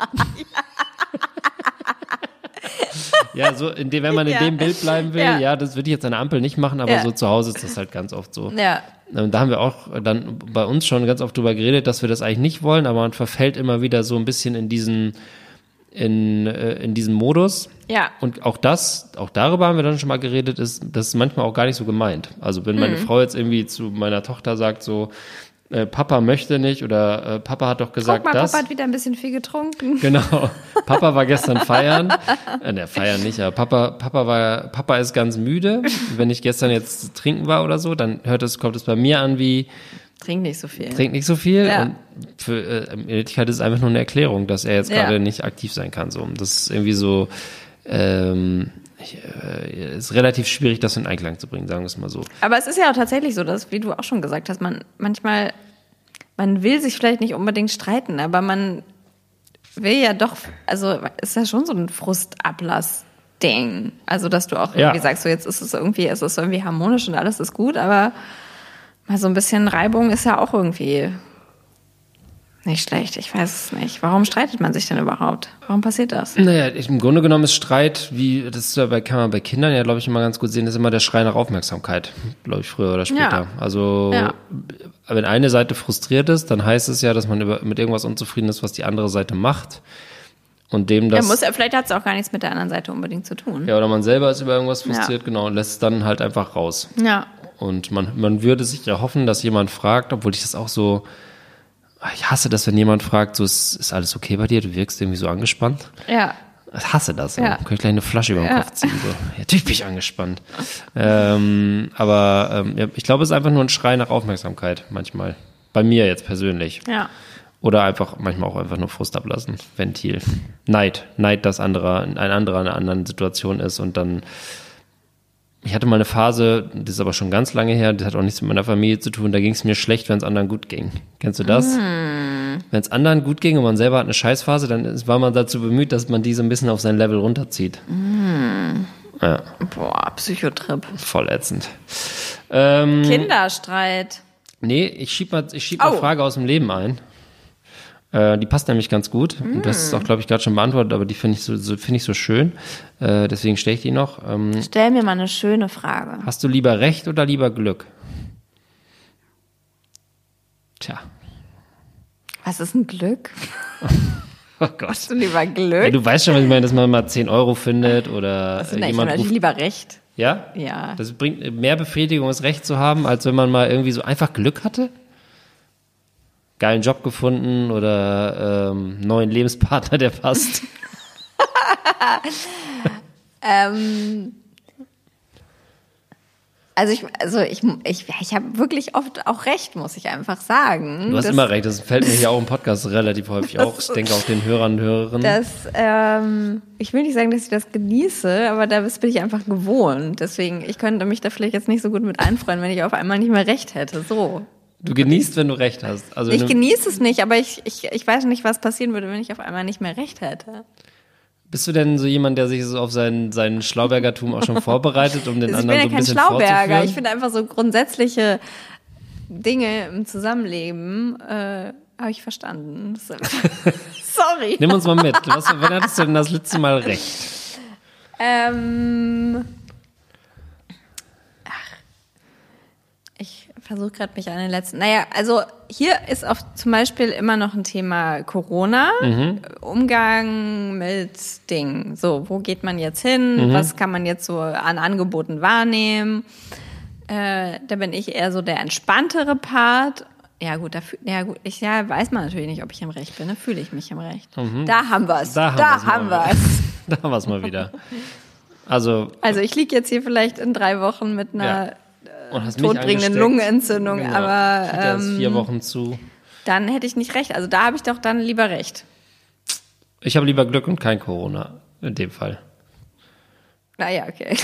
Ja, so in dem, wenn man in ja. dem Bild bleiben will, ja, ja das würde ich jetzt an der Ampel nicht machen, aber ja. so zu Hause ist das halt ganz oft so. Ja. Da haben wir auch dann bei uns schon ganz oft drüber geredet, dass wir das eigentlich nicht wollen, aber man verfällt immer wieder so ein bisschen in diesen in äh, in diesem Modus. Ja. Und auch das, auch darüber haben wir dann schon mal geredet, ist das ist manchmal auch gar nicht so gemeint. Also wenn meine mhm. Frau jetzt irgendwie zu meiner Tochter sagt so, äh, Papa möchte nicht oder äh, Papa hat doch gesagt, Guck mal, das. Papa hat wieder ein bisschen viel getrunken. Genau. Papa war gestern feiern. Äh, ne, feiern nicht, aber Papa, Papa war, Papa ist ganz müde. Wenn ich gestern jetzt trinken war oder so, dann hört es, kommt es bei mir an wie Trink nicht so viel. Trink nicht so viel. Ja. Und für, äh, in Wirklichkeit ist es einfach nur eine Erklärung, dass er jetzt ja. gerade nicht aktiv sein kann. So. Das ist irgendwie so, ähm, ich, äh, ist relativ schwierig, das in Einklang zu bringen, sagen wir es mal so. Aber es ist ja auch tatsächlich so, dass, wie du auch schon gesagt hast, man manchmal, man will sich vielleicht nicht unbedingt streiten, aber man will ja doch, also ist ja schon so ein Frustablass-Ding. Also, dass du auch irgendwie ja. sagst, so jetzt ist es irgendwie, es ist irgendwie harmonisch und alles ist gut, aber mal so ein bisschen Reibung ist ja auch irgendwie nicht schlecht. Ich weiß es nicht. Warum streitet man sich denn überhaupt? Warum passiert das? Naja, im Grunde genommen ist Streit, wie das ist ja bei, kann man bei Kindern ja, glaube ich, immer ganz gut sehen, ist immer der Schrei nach Aufmerksamkeit, glaube ich, früher oder später. Ja. Also ja. wenn eine Seite frustriert ist, dann heißt es ja, dass man über, mit irgendwas unzufrieden ist, was die andere Seite macht. Und dem das. Ja, muss, vielleicht hat es auch gar nichts mit der anderen Seite unbedingt zu tun. Ja, oder man selber ist über irgendwas frustriert, ja. genau, und lässt es dann halt einfach raus. Ja. Und man, man würde sich ja hoffen, dass jemand fragt, obwohl ich das auch so, ich hasse das, wenn jemand fragt, so, ist, ist alles okay bei dir? Du wirkst irgendwie so angespannt. Ja. Ich hasse das. Ja. Kann ich gleich eine Flasche über den ja. Kopf ziehen. So. Ja, natürlich bin ich angespannt. ähm, aber ähm, ja, ich glaube, es ist einfach nur ein Schrei nach Aufmerksamkeit manchmal. Bei mir jetzt persönlich. Ja. Oder einfach, manchmal auch einfach nur Frust ablassen. Ventil. Neid. Neid, dass anderer, ein anderer in einer anderen Situation ist und dann. Ich hatte mal eine Phase, das ist aber schon ganz lange her, das hat auch nichts mit meiner Familie zu tun, da ging es mir schlecht, wenn es anderen gut ging. Kennst du das? Mm. Wenn es anderen gut ging und man selber hat eine Scheißphase, dann war man dazu bemüht, dass man die so ein bisschen auf sein Level runterzieht. Mm. Ja. Boah, Psychotrip. Voll ätzend. Ähm, Kinderstreit. Nee, ich schieb mal, ich schieb mal oh. eine Frage aus dem Leben ein. Äh, die passt nämlich ganz gut. Mm. Und das ist auch, glaube ich, gerade schon beantwortet, aber die finde ich so, so, find ich so schön. Äh, deswegen stelle ich die noch. Ähm, Stell mir mal eine schöne Frage. Hast du lieber Recht oder lieber Glück? Tja. Was ist ein Glück? Oh Gott. Hast du lieber Glück? Ja, du weißt schon, was ich meine, dass man mal zehn Euro findet oder also, nein, jemand ich ruft. lieber Recht. Ja? Ja. Das bringt mehr Befriedigung, das Recht zu haben, als wenn man mal irgendwie so einfach Glück hatte? Geilen Job gefunden oder ähm, neuen Lebenspartner, der passt. ähm, also ich, also ich, ich, ich habe wirklich oft auch recht, muss ich einfach sagen. Du hast das, immer recht, das fällt mir hier auch im Podcast relativ häufig auf. Ich denke auch den Hörern und Hörerinnen. Das, ähm, ich will nicht sagen, dass ich das genieße, aber da bin ich einfach gewohnt. Deswegen, ich könnte mich da vielleicht jetzt nicht so gut mit einfreuen, wenn ich auf einmal nicht mehr recht hätte. So. Du genießt, wenn du recht hast. Also ich genieße es nicht, aber ich, ich, ich weiß nicht, was passieren würde, wenn ich auf einmal nicht mehr recht hätte. Bist du denn so jemand, der sich so auf sein, sein Schlaubergertum auch schon vorbereitet, um den also anderen so ein bisschen vorzuführen? Ich bin ja kein Schlauberger. Ich finde einfach so grundsätzliche Dinge im Zusammenleben äh, habe ich verstanden. Sorry. Nimm uns mal mit. Was, wann hattest du denn das letzte Mal recht? Ähm... Ich versuche gerade mich an den letzten. Naja, also hier ist auch zum Beispiel immer noch ein Thema Corona, mhm. Umgang mit Dingen. So, wo geht man jetzt hin? Mhm. Was kann man jetzt so an Angeboten wahrnehmen? Äh, da bin ich eher so der entspanntere Part. Ja gut, da ja gut, ich ja, weiß man natürlich nicht, ob ich im Recht bin. Da fühle ich mich im Recht. Mhm. Da haben wir es. Da, da haben wir es. Da haben wir es mal wieder. Also, also ich liege jetzt hier vielleicht in drei Wochen mit einer ja. Und hast todbringenden Lungenentzündung, genau. aber ähm, ist vier Wochen zu. Dann hätte ich nicht recht. Also da habe ich doch dann lieber recht. Ich habe lieber Glück und kein Corona in dem Fall. Naja, okay.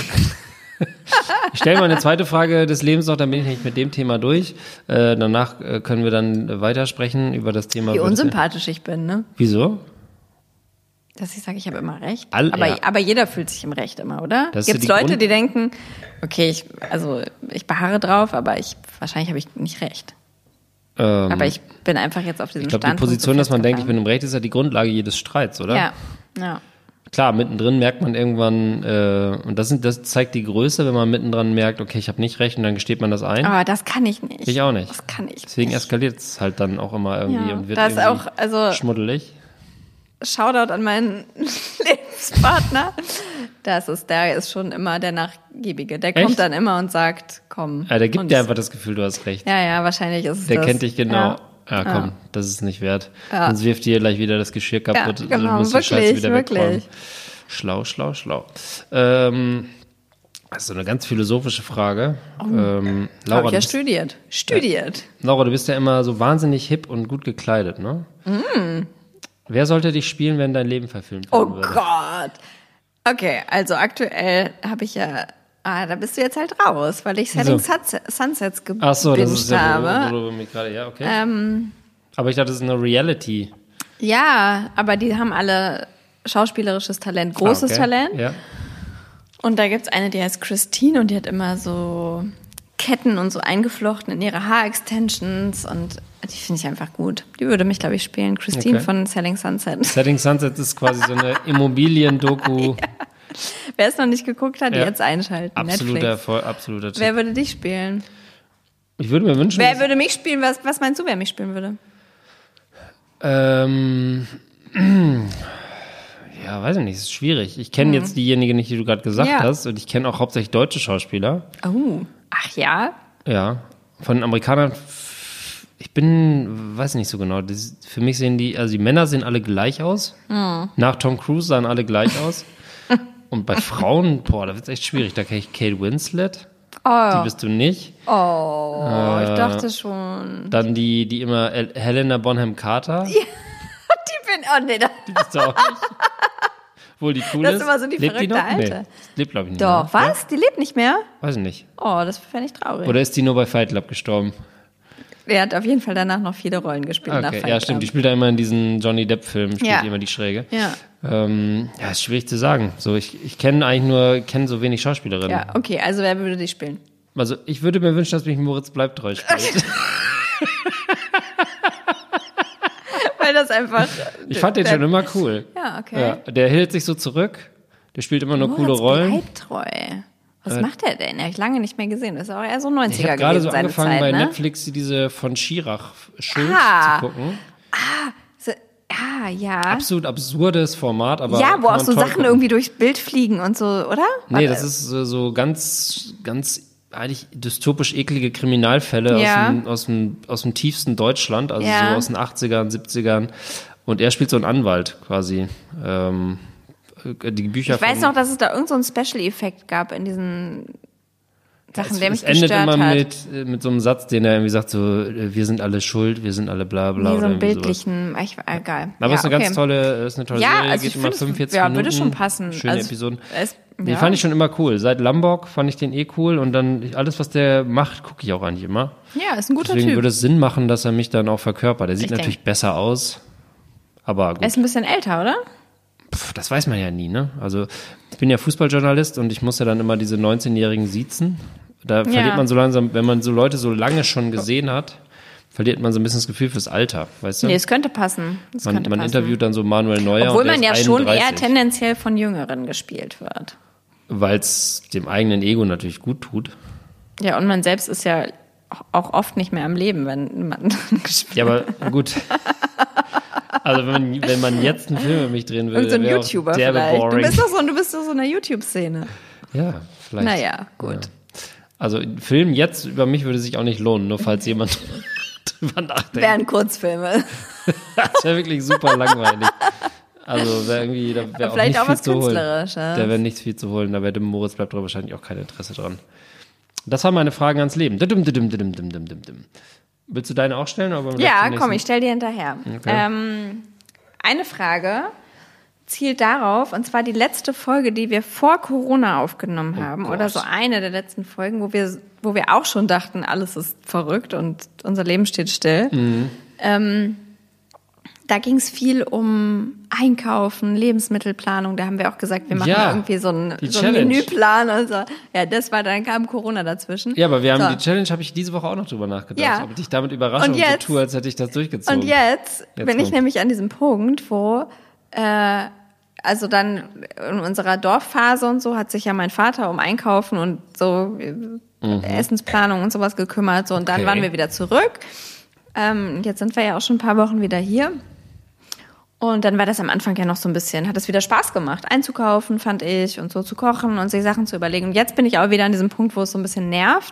Ich stelle mal eine zweite Frage des Lebens noch, dann bin ich nicht mit dem Thema durch. Äh, danach äh, können wir dann weitersprechen über das Thema. Wie unsympathisch ich bin, ne? Wieso? Dass ich sage, ich habe immer recht. All, aber, ja. aber jeder fühlt sich im Recht immer, oder? Gibt es Leute, Grund- die denken, okay, ich, also ich beharre drauf, aber ich wahrscheinlich habe ich nicht recht. Ähm, aber ich bin einfach jetzt auf diesem ich glaub, Standpunkt. Die Position, so dass man denkt, ich bin im Recht, ist ja die Grundlage jedes Streits, oder? Ja, ja. Klar, mittendrin merkt man irgendwann, äh, und das, sind, das zeigt die Größe, wenn man mittendrin merkt, okay, ich habe nicht recht und dann gesteht man das ein. Aber das kann ich nicht. Ich auch nicht. Das kann ich Deswegen nicht. eskaliert es halt dann auch immer irgendwie ja, und wird das irgendwie auch, also, schmuddelig. Shoutout an meinen Lebenspartner. Das ist, der ist schon immer der Nachgiebige. Der Echt? kommt dann immer und sagt, komm. Ja, der gibt und dir einfach das Gefühl, du hast recht. Ja, ja, wahrscheinlich ist es der das. Der kennt dich genau. Ja. Ja, komm, ja. Das ist nicht wert. Ja. Sonst wirft dir gleich wieder das Geschirr kaputt. Ja, genau, du musst wirklich, die Scheiße wieder wirklich. wegräumen. Schlau, schlau, schlau. Ähm, das ist so eine ganz philosophische Frage. Oh. Ähm, Laura, Hab ich ja bist, studiert. Studiert. Ja. Laura, du bist ja immer so wahnsinnig hip und gut gekleidet, ne? Mm. Wer sollte dich spielen, wenn dein Leben verfilmt werden oh würde? Oh Gott. Okay, also aktuell habe ich ja, ah, da bist du jetzt halt raus, weil ich Selling so. Sunsets gebinged Ach so, das ist ja, habe. wo, wo, wo mir gerade, ja, okay. Ähm, aber ich dachte, das ist eine Reality. Ja, aber die haben alle schauspielerisches Talent, großes ah, okay. Talent. Ja. Und da gibt's eine, die heißt Christine und die hat immer so Ketten und so eingeflochten in ihre Haarextensions und die finde ich einfach gut. Die würde mich, glaube ich, spielen. Christine okay. von Selling Sunset. Selling Sunset ist quasi so eine Immobilien-Doku. Ja. Wer es noch nicht geguckt hat, ja. jetzt einschalten. Absoluter, voll, absoluter Tipp. Wer würde dich spielen? Ich würde mir wünschen, Wer würde mich spielen? Was, was meinst du, wer mich spielen würde? Ähm, ja, weiß ich nicht, es ist schwierig. Ich kenne hm. jetzt diejenige nicht, die du gerade gesagt ja. hast, und ich kenne auch hauptsächlich deutsche Schauspieler. Oh, ach ja? Ja, von den Amerikanern, ich bin, weiß nicht so genau, das, für mich sehen die, also die Männer sehen alle gleich aus. Hm. Nach Tom Cruise sahen alle gleich aus. Und bei Frauen, boah, da wird es echt schwierig. Da kenne ich Kate Winslet. Oh. Die bist du nicht. Oh, äh, ich dachte schon. Dann die, die immer El- Helena Bonham Carter. Ja, die bin, oh nee. Da. Die bist du auch nicht. Obwohl die cool das ist. ist immer so die lebt verrückte die noch? Alte. Nee, lebt glaube ich nicht Doch, mehr. was? Die lebt nicht mehr? Weiß ich nicht. Oh, das fände ich traurig. Oder ist die nur bei Fight Club gestorben? Er hat auf jeden Fall danach noch viele Rollen gespielt. Okay, nach Fight ja Club. stimmt. Die spielt da immer in diesen Johnny Depp-Filmen, spielt ja. die immer die Schräge. Ja. Ähm, ja, ist schwierig zu sagen. So, ich ich kenne eigentlich nur, kenne so wenig Schauspielerinnen. Ja, okay, also wer würde die spielen? Also ich würde mir wünschen, dass mich Moritz Bleibtreu spielt. Weil das einfach. Ich fand den der, schon immer cool. Ja, okay. Ja, der hält sich so zurück. Der spielt immer nur Moritz coole Rollen. bleibt treu. Was äh, macht der denn? Den habe ich lange nicht mehr gesehen. Das ist auch eher so neunziger Ich habe gerade so angefangen Zeit, bei ne? Netflix diese von Schirach Schuld ah. zu gucken. Ah, so, ah, ja. Absolut absurdes Format, aber ja, wo auch so Sachen gucken. irgendwie durchs Bild fliegen und so, oder? Nee, das ist so, so ganz, ganz eigentlich dystopisch eklige Kriminalfälle ja. aus, dem, aus, dem, aus dem tiefsten Deutschland, also ja. so aus den achtzigern, siebzigern. Und er spielt so einen Anwalt quasi. Ähm, die Bücher ich weiß von, noch, dass es da irgendeinen so Special-Effekt gab in diesen Sachen, es, der mich es endet gestört immer hat. mit, mit so einem Satz, den er irgendwie sagt, so, wir sind alle schuld, wir sind alle bla bla. Nee, so oder einen bildlichen, ich, äh, geil. Aber es ja, ist eine okay. ganz tolle, ist eine tolle ja, Serie, also geht ich immer find, fünfundvierzig ja, Minuten. würde schon passen. Schöne also, Episoden. Es, ja. Den fand ich schon immer cool. Seit Lombok fand ich den eh cool und dann alles, was der macht, gucke ich auch eigentlich immer. Ja, ist ein guter Deswegen Typ. würde es Sinn machen, dass er mich dann auch verkörpert. Der sieht Ich natürlich denk. besser aus, aber gut. Er ist ein bisschen älter, oder? Pff, das weiß man ja nie, ne? Also ich bin ja Fußballjournalist und ich muss ja dann immer diese neunzehnjährigen siezen. Da Ja. verliert man so langsam, wenn man so Leute so lange schon gesehen hat, verliert man so ein bisschen das Gefühl fürs Alter, weißt du? Nee, es könnte passen. Es man könnte man passen. interviewt dann so Manuel Neuer Obwohl und der man ja ist schon eher einunddreißig. tendenziell von Jüngeren gespielt wird. Weil es dem eigenen Ego natürlich gut tut. Ja, und man selbst ist ja auch oft nicht mehr am Leben, wenn man gespielt Ja, aber gut. Also wenn man, wenn man jetzt einen Film über mich drehen würde, Irgend so ein wäre auch YouTuber derbe vielleicht. boring. Du bist doch so, du bist doch so in der YouTube-Szene. Ja, vielleicht. Naja, gut. Ja. Also ein Film jetzt über mich würde sich auch nicht lohnen, nur falls jemand drüber nachdenkt. Wären Kurzfilme. Das wäre wirklich super langweilig. Also wäre irgendwie, da wäre auch Vielleicht nicht auch viel was zu holen. Künstlerisches. Da wäre nichts viel zu holen, da wäre dem Moritz bleibt drüber wahrscheinlich auch kein Interesse dran. Das waren meine Fragen ans Leben. Dum, dum, dum, dum, dum, dum, dum, dum. Willst du deine auch stellen? Oder wollen wir Ja, gleich zum komm, ich nächsten? stell dir hinterher. Okay. Ähm, eine Frage zielt darauf, und zwar die letzte Folge, die wir vor Corona aufgenommen haben, Gott. oder so eine der letzten Folgen, wo wir, wo wir auch schon dachten, alles ist verrückt und unser Leben steht still. Mhm. Ähm, da ging es viel um Einkaufen, Lebensmittelplanung. Da haben wir auch gesagt, wir machen Ja, irgendwie so einen, die so einen Challenge. Menüplan und so. Ja, das war, dann kam Corona dazwischen. Ja, aber wir haben So. die Challenge, habe ich diese Woche auch noch drüber nachgedacht. Ja. Ob ich dich damit überrasche Und und, jetzt- so tue, als hätte ich das durchgezogen. Und jetzt, Jetzt bin ich kommt. nämlich an diesem Punkt, wo, äh, also dann in unserer Dorfphase und so hat sich ja mein Vater um Einkaufen und so äh, Essensplanung und sowas gekümmert. So, und dann Okay. waren wir wieder zurück. Ähm, jetzt sind wir ja auch schon ein paar Wochen wieder hier. Und dann war das am Anfang ja noch so ein bisschen, hat es wieder Spaß gemacht, einzukaufen, fand ich, und so zu kochen und sich Sachen zu überlegen. Und jetzt bin ich auch wieder an diesem Punkt, wo es so ein bisschen nervt.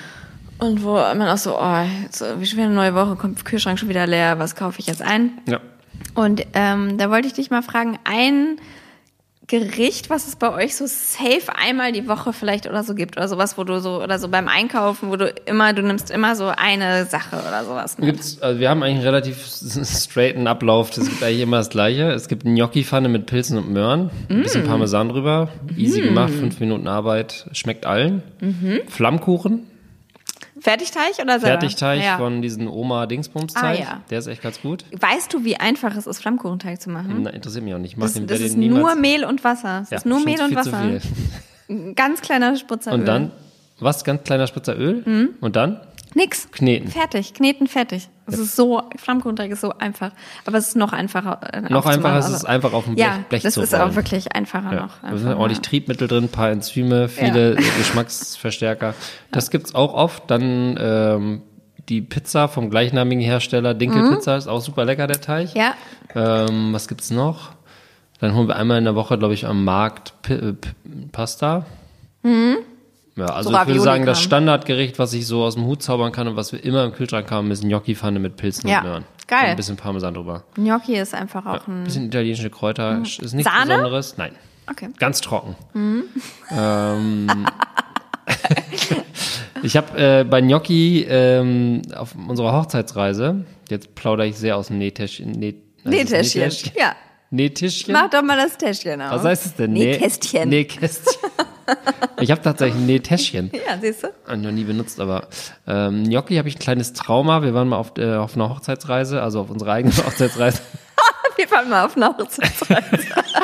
Und wo man auch so, oh, jetzt, wie schon wieder eine neue Woche, kommt der Kühlschrank schon wieder leer, was kaufe ich jetzt ein? Ja. Und ähm, da wollte ich dich mal fragen, ein Gericht, was es bei euch so safe einmal die Woche vielleicht oder so gibt, oder sowas, wo du so, oder so beim Einkaufen, wo du immer, du nimmst immer so eine Sache oder sowas mit. Gibt's, also wir haben eigentlich einen relativ straighten Ablauf. Es gibt eigentlich immer das Gleiche. Es gibt eine Gnocchi-Pfanne mit Pilzen und Möhren, ein bisschen Parmesan drüber, easy gemacht, fünf Minuten Arbeit, schmeckt allen. Flammkuchen, Fertigteig oder selber? Fertigteig Ja. von diesen Oma-Dingsbums-Teig. Ah, ja. Der ist echt ganz gut. Weißt du, wie einfach es ist, Flammkuchenteig zu machen? Na, interessiert mich auch nicht. Ich mach Das, den, das werde ist den niemals, nur Mehl und Wasser. Es ja, ist nur schon Mehl und viel zu Wasser. viel. Ein ganz kleiner Spritzer Öl. Und dann, was, ganz kleiner Spritzer Öl? Und dann? Nix. Kneten. Fertig. Kneten, fertig. Es ist so, Flammkuchenteig ist so einfach. Aber es ist noch einfacher. Äh, Noch aufzumachen. einfacher ist es Also- einfach auf dem Blech, Ja, Blech das zu ist rollen. auch wirklich einfacher Ja. noch. Da sind Einfach, ordentlich ja. Triebmittel drin, ein paar Enzyme, viele Geschmacksverstärker. Das gibt's auch oft. Dann ähm, die Pizza vom gleichnamigen Hersteller, Dinkelpizza, ist auch super lecker, der Teig. Ja. Ähm, was gibt's noch? Dann holen wir einmal in der Woche, glaube ich, am Markt P P Pasta. Ja, also So ich würde sagen, das Ravioli-Kram. Standardgericht, was ich so aus dem Hut zaubern kann und was wir immer im Kühlschrank haben, ist Gnocchi-Pfanne mit Pilzen Ja, und Möhren. geil. Und ein bisschen Parmesan drüber. Gnocchi ist einfach auch Ein ein. bisschen italienische Kräuter, ist nichts Sahne? Besonderes. Nein. Okay. Ganz trocken. Ähm, ich habe äh, bei Gnocchi ähm, auf unserer Hochzeitsreise, jetzt plaudere ich sehr aus dem Nähtäschchen. Näh, heißt es Nähtäschchen. Ja. Nähtäschchen? Mach doch mal das Täschchen auf. Was heißt es denn? Nähkästchen. Näh Nähkästchen. Ich habe tatsächlich ein Nähtäschchen. Ja, siehst du? Äh, Noch nie benutzt, aber ähm, Gnocchi habe ich ein kleines Trauma. Wir waren mal auf, äh, auf einer Hochzeitsreise, also auf unserer eigenen Hochzeitsreise Wir fahren mal auf eine Hochzeitsreise.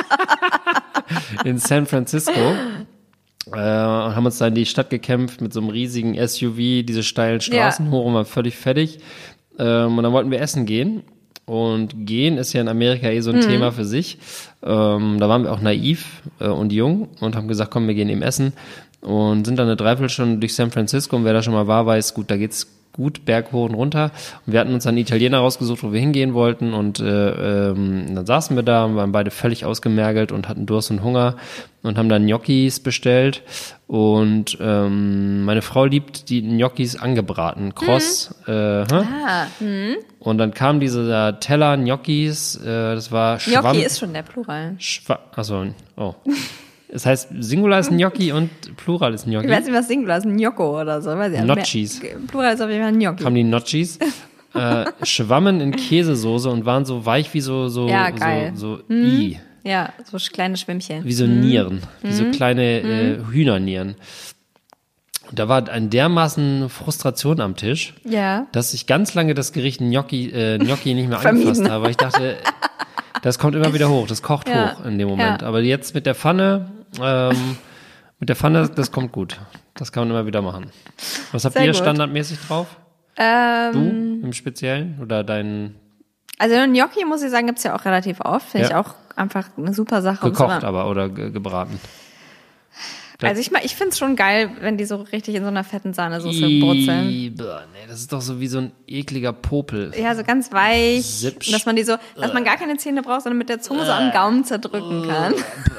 in San Francisco. Äh, und haben uns da in die Stadt gekämpft mit so einem riesigen S U V, diese steilen Straßen Ja. hoch und waren völlig fertig. Ähm, und dann wollten wir essen gehen. Und gehen ist ja in Amerika eh so ein mhm. Thema für sich. Ähm, da waren wir auch naiv äh, und jung und haben gesagt, komm, wir gehen eben essen. Und sind dann eine Dreiviertelstunde durch San Francisco. Und wer da schon mal war, weiß, gut, da geht's gut berg hoch und runter. Und wir hatten uns einen Italiener rausgesucht, wo wir hingehen wollten. Und äh, ähm, dann saßen wir da und waren beide völlig ausgemergelt und hatten Durst und Hunger und haben dann Gnocchis bestellt. Und ähm, meine Frau liebt die Gnocchis angebraten, kross. Mhm. Äh, ah, mhm. Und dann kam dieser Teller Gnocchis, äh, das war Schwamm. Gnocchi ist schon der Plural. Schwa- Achso, oh. Das heißt, Singular ist Gnocchi und Plural ist Gnocchi. Ich weiß nicht, was Singular ist, Gnocco oder so. Weiß ich Gnocchis. Plural ist auf jeden Fall Gnocchi. Kamen die Gnocchis, äh, schwammen in Käsesoße und waren so weich wie so, so, ja, geil. so, so hm. I. Ja, so kleine Schwimmchen. Wie so hm. Nieren, wie hm. so kleine äh, Hühnernieren. Und da war ein dermaßen Frustration am Tisch, ja. dass ich ganz lange das Gericht Gnocchi, äh, Gnocchi nicht mehr angefasst habe. Weil ich dachte, das kommt immer wieder hoch, das kocht ja. hoch in dem Moment. Ja. Aber jetzt mit der Pfanne, ähm, mit der Pfanne, das kommt gut. Das kann man immer wieder machen. Was habt Sehr ihr gut. standardmäßig drauf? Ähm, du im Speziellen oder dein? Also Gnocchi, muss ich sagen, gibt's ja auch relativ oft. Finde Ja. ich auch einfach eine super Sache. Gekocht aber oder ge- gebraten? Also ich, ich finde es schon geil, wenn die so richtig in so einer fetten Sahnesoße Ih, brutzeln. boah, nee, das ist doch so wie so ein ekliger Popel. Ja, so ganz weich, Sipsch. dass man die so, dass man gar keine Zähne braucht, sondern mit der Zunge so am Gaumen zerdrücken kann.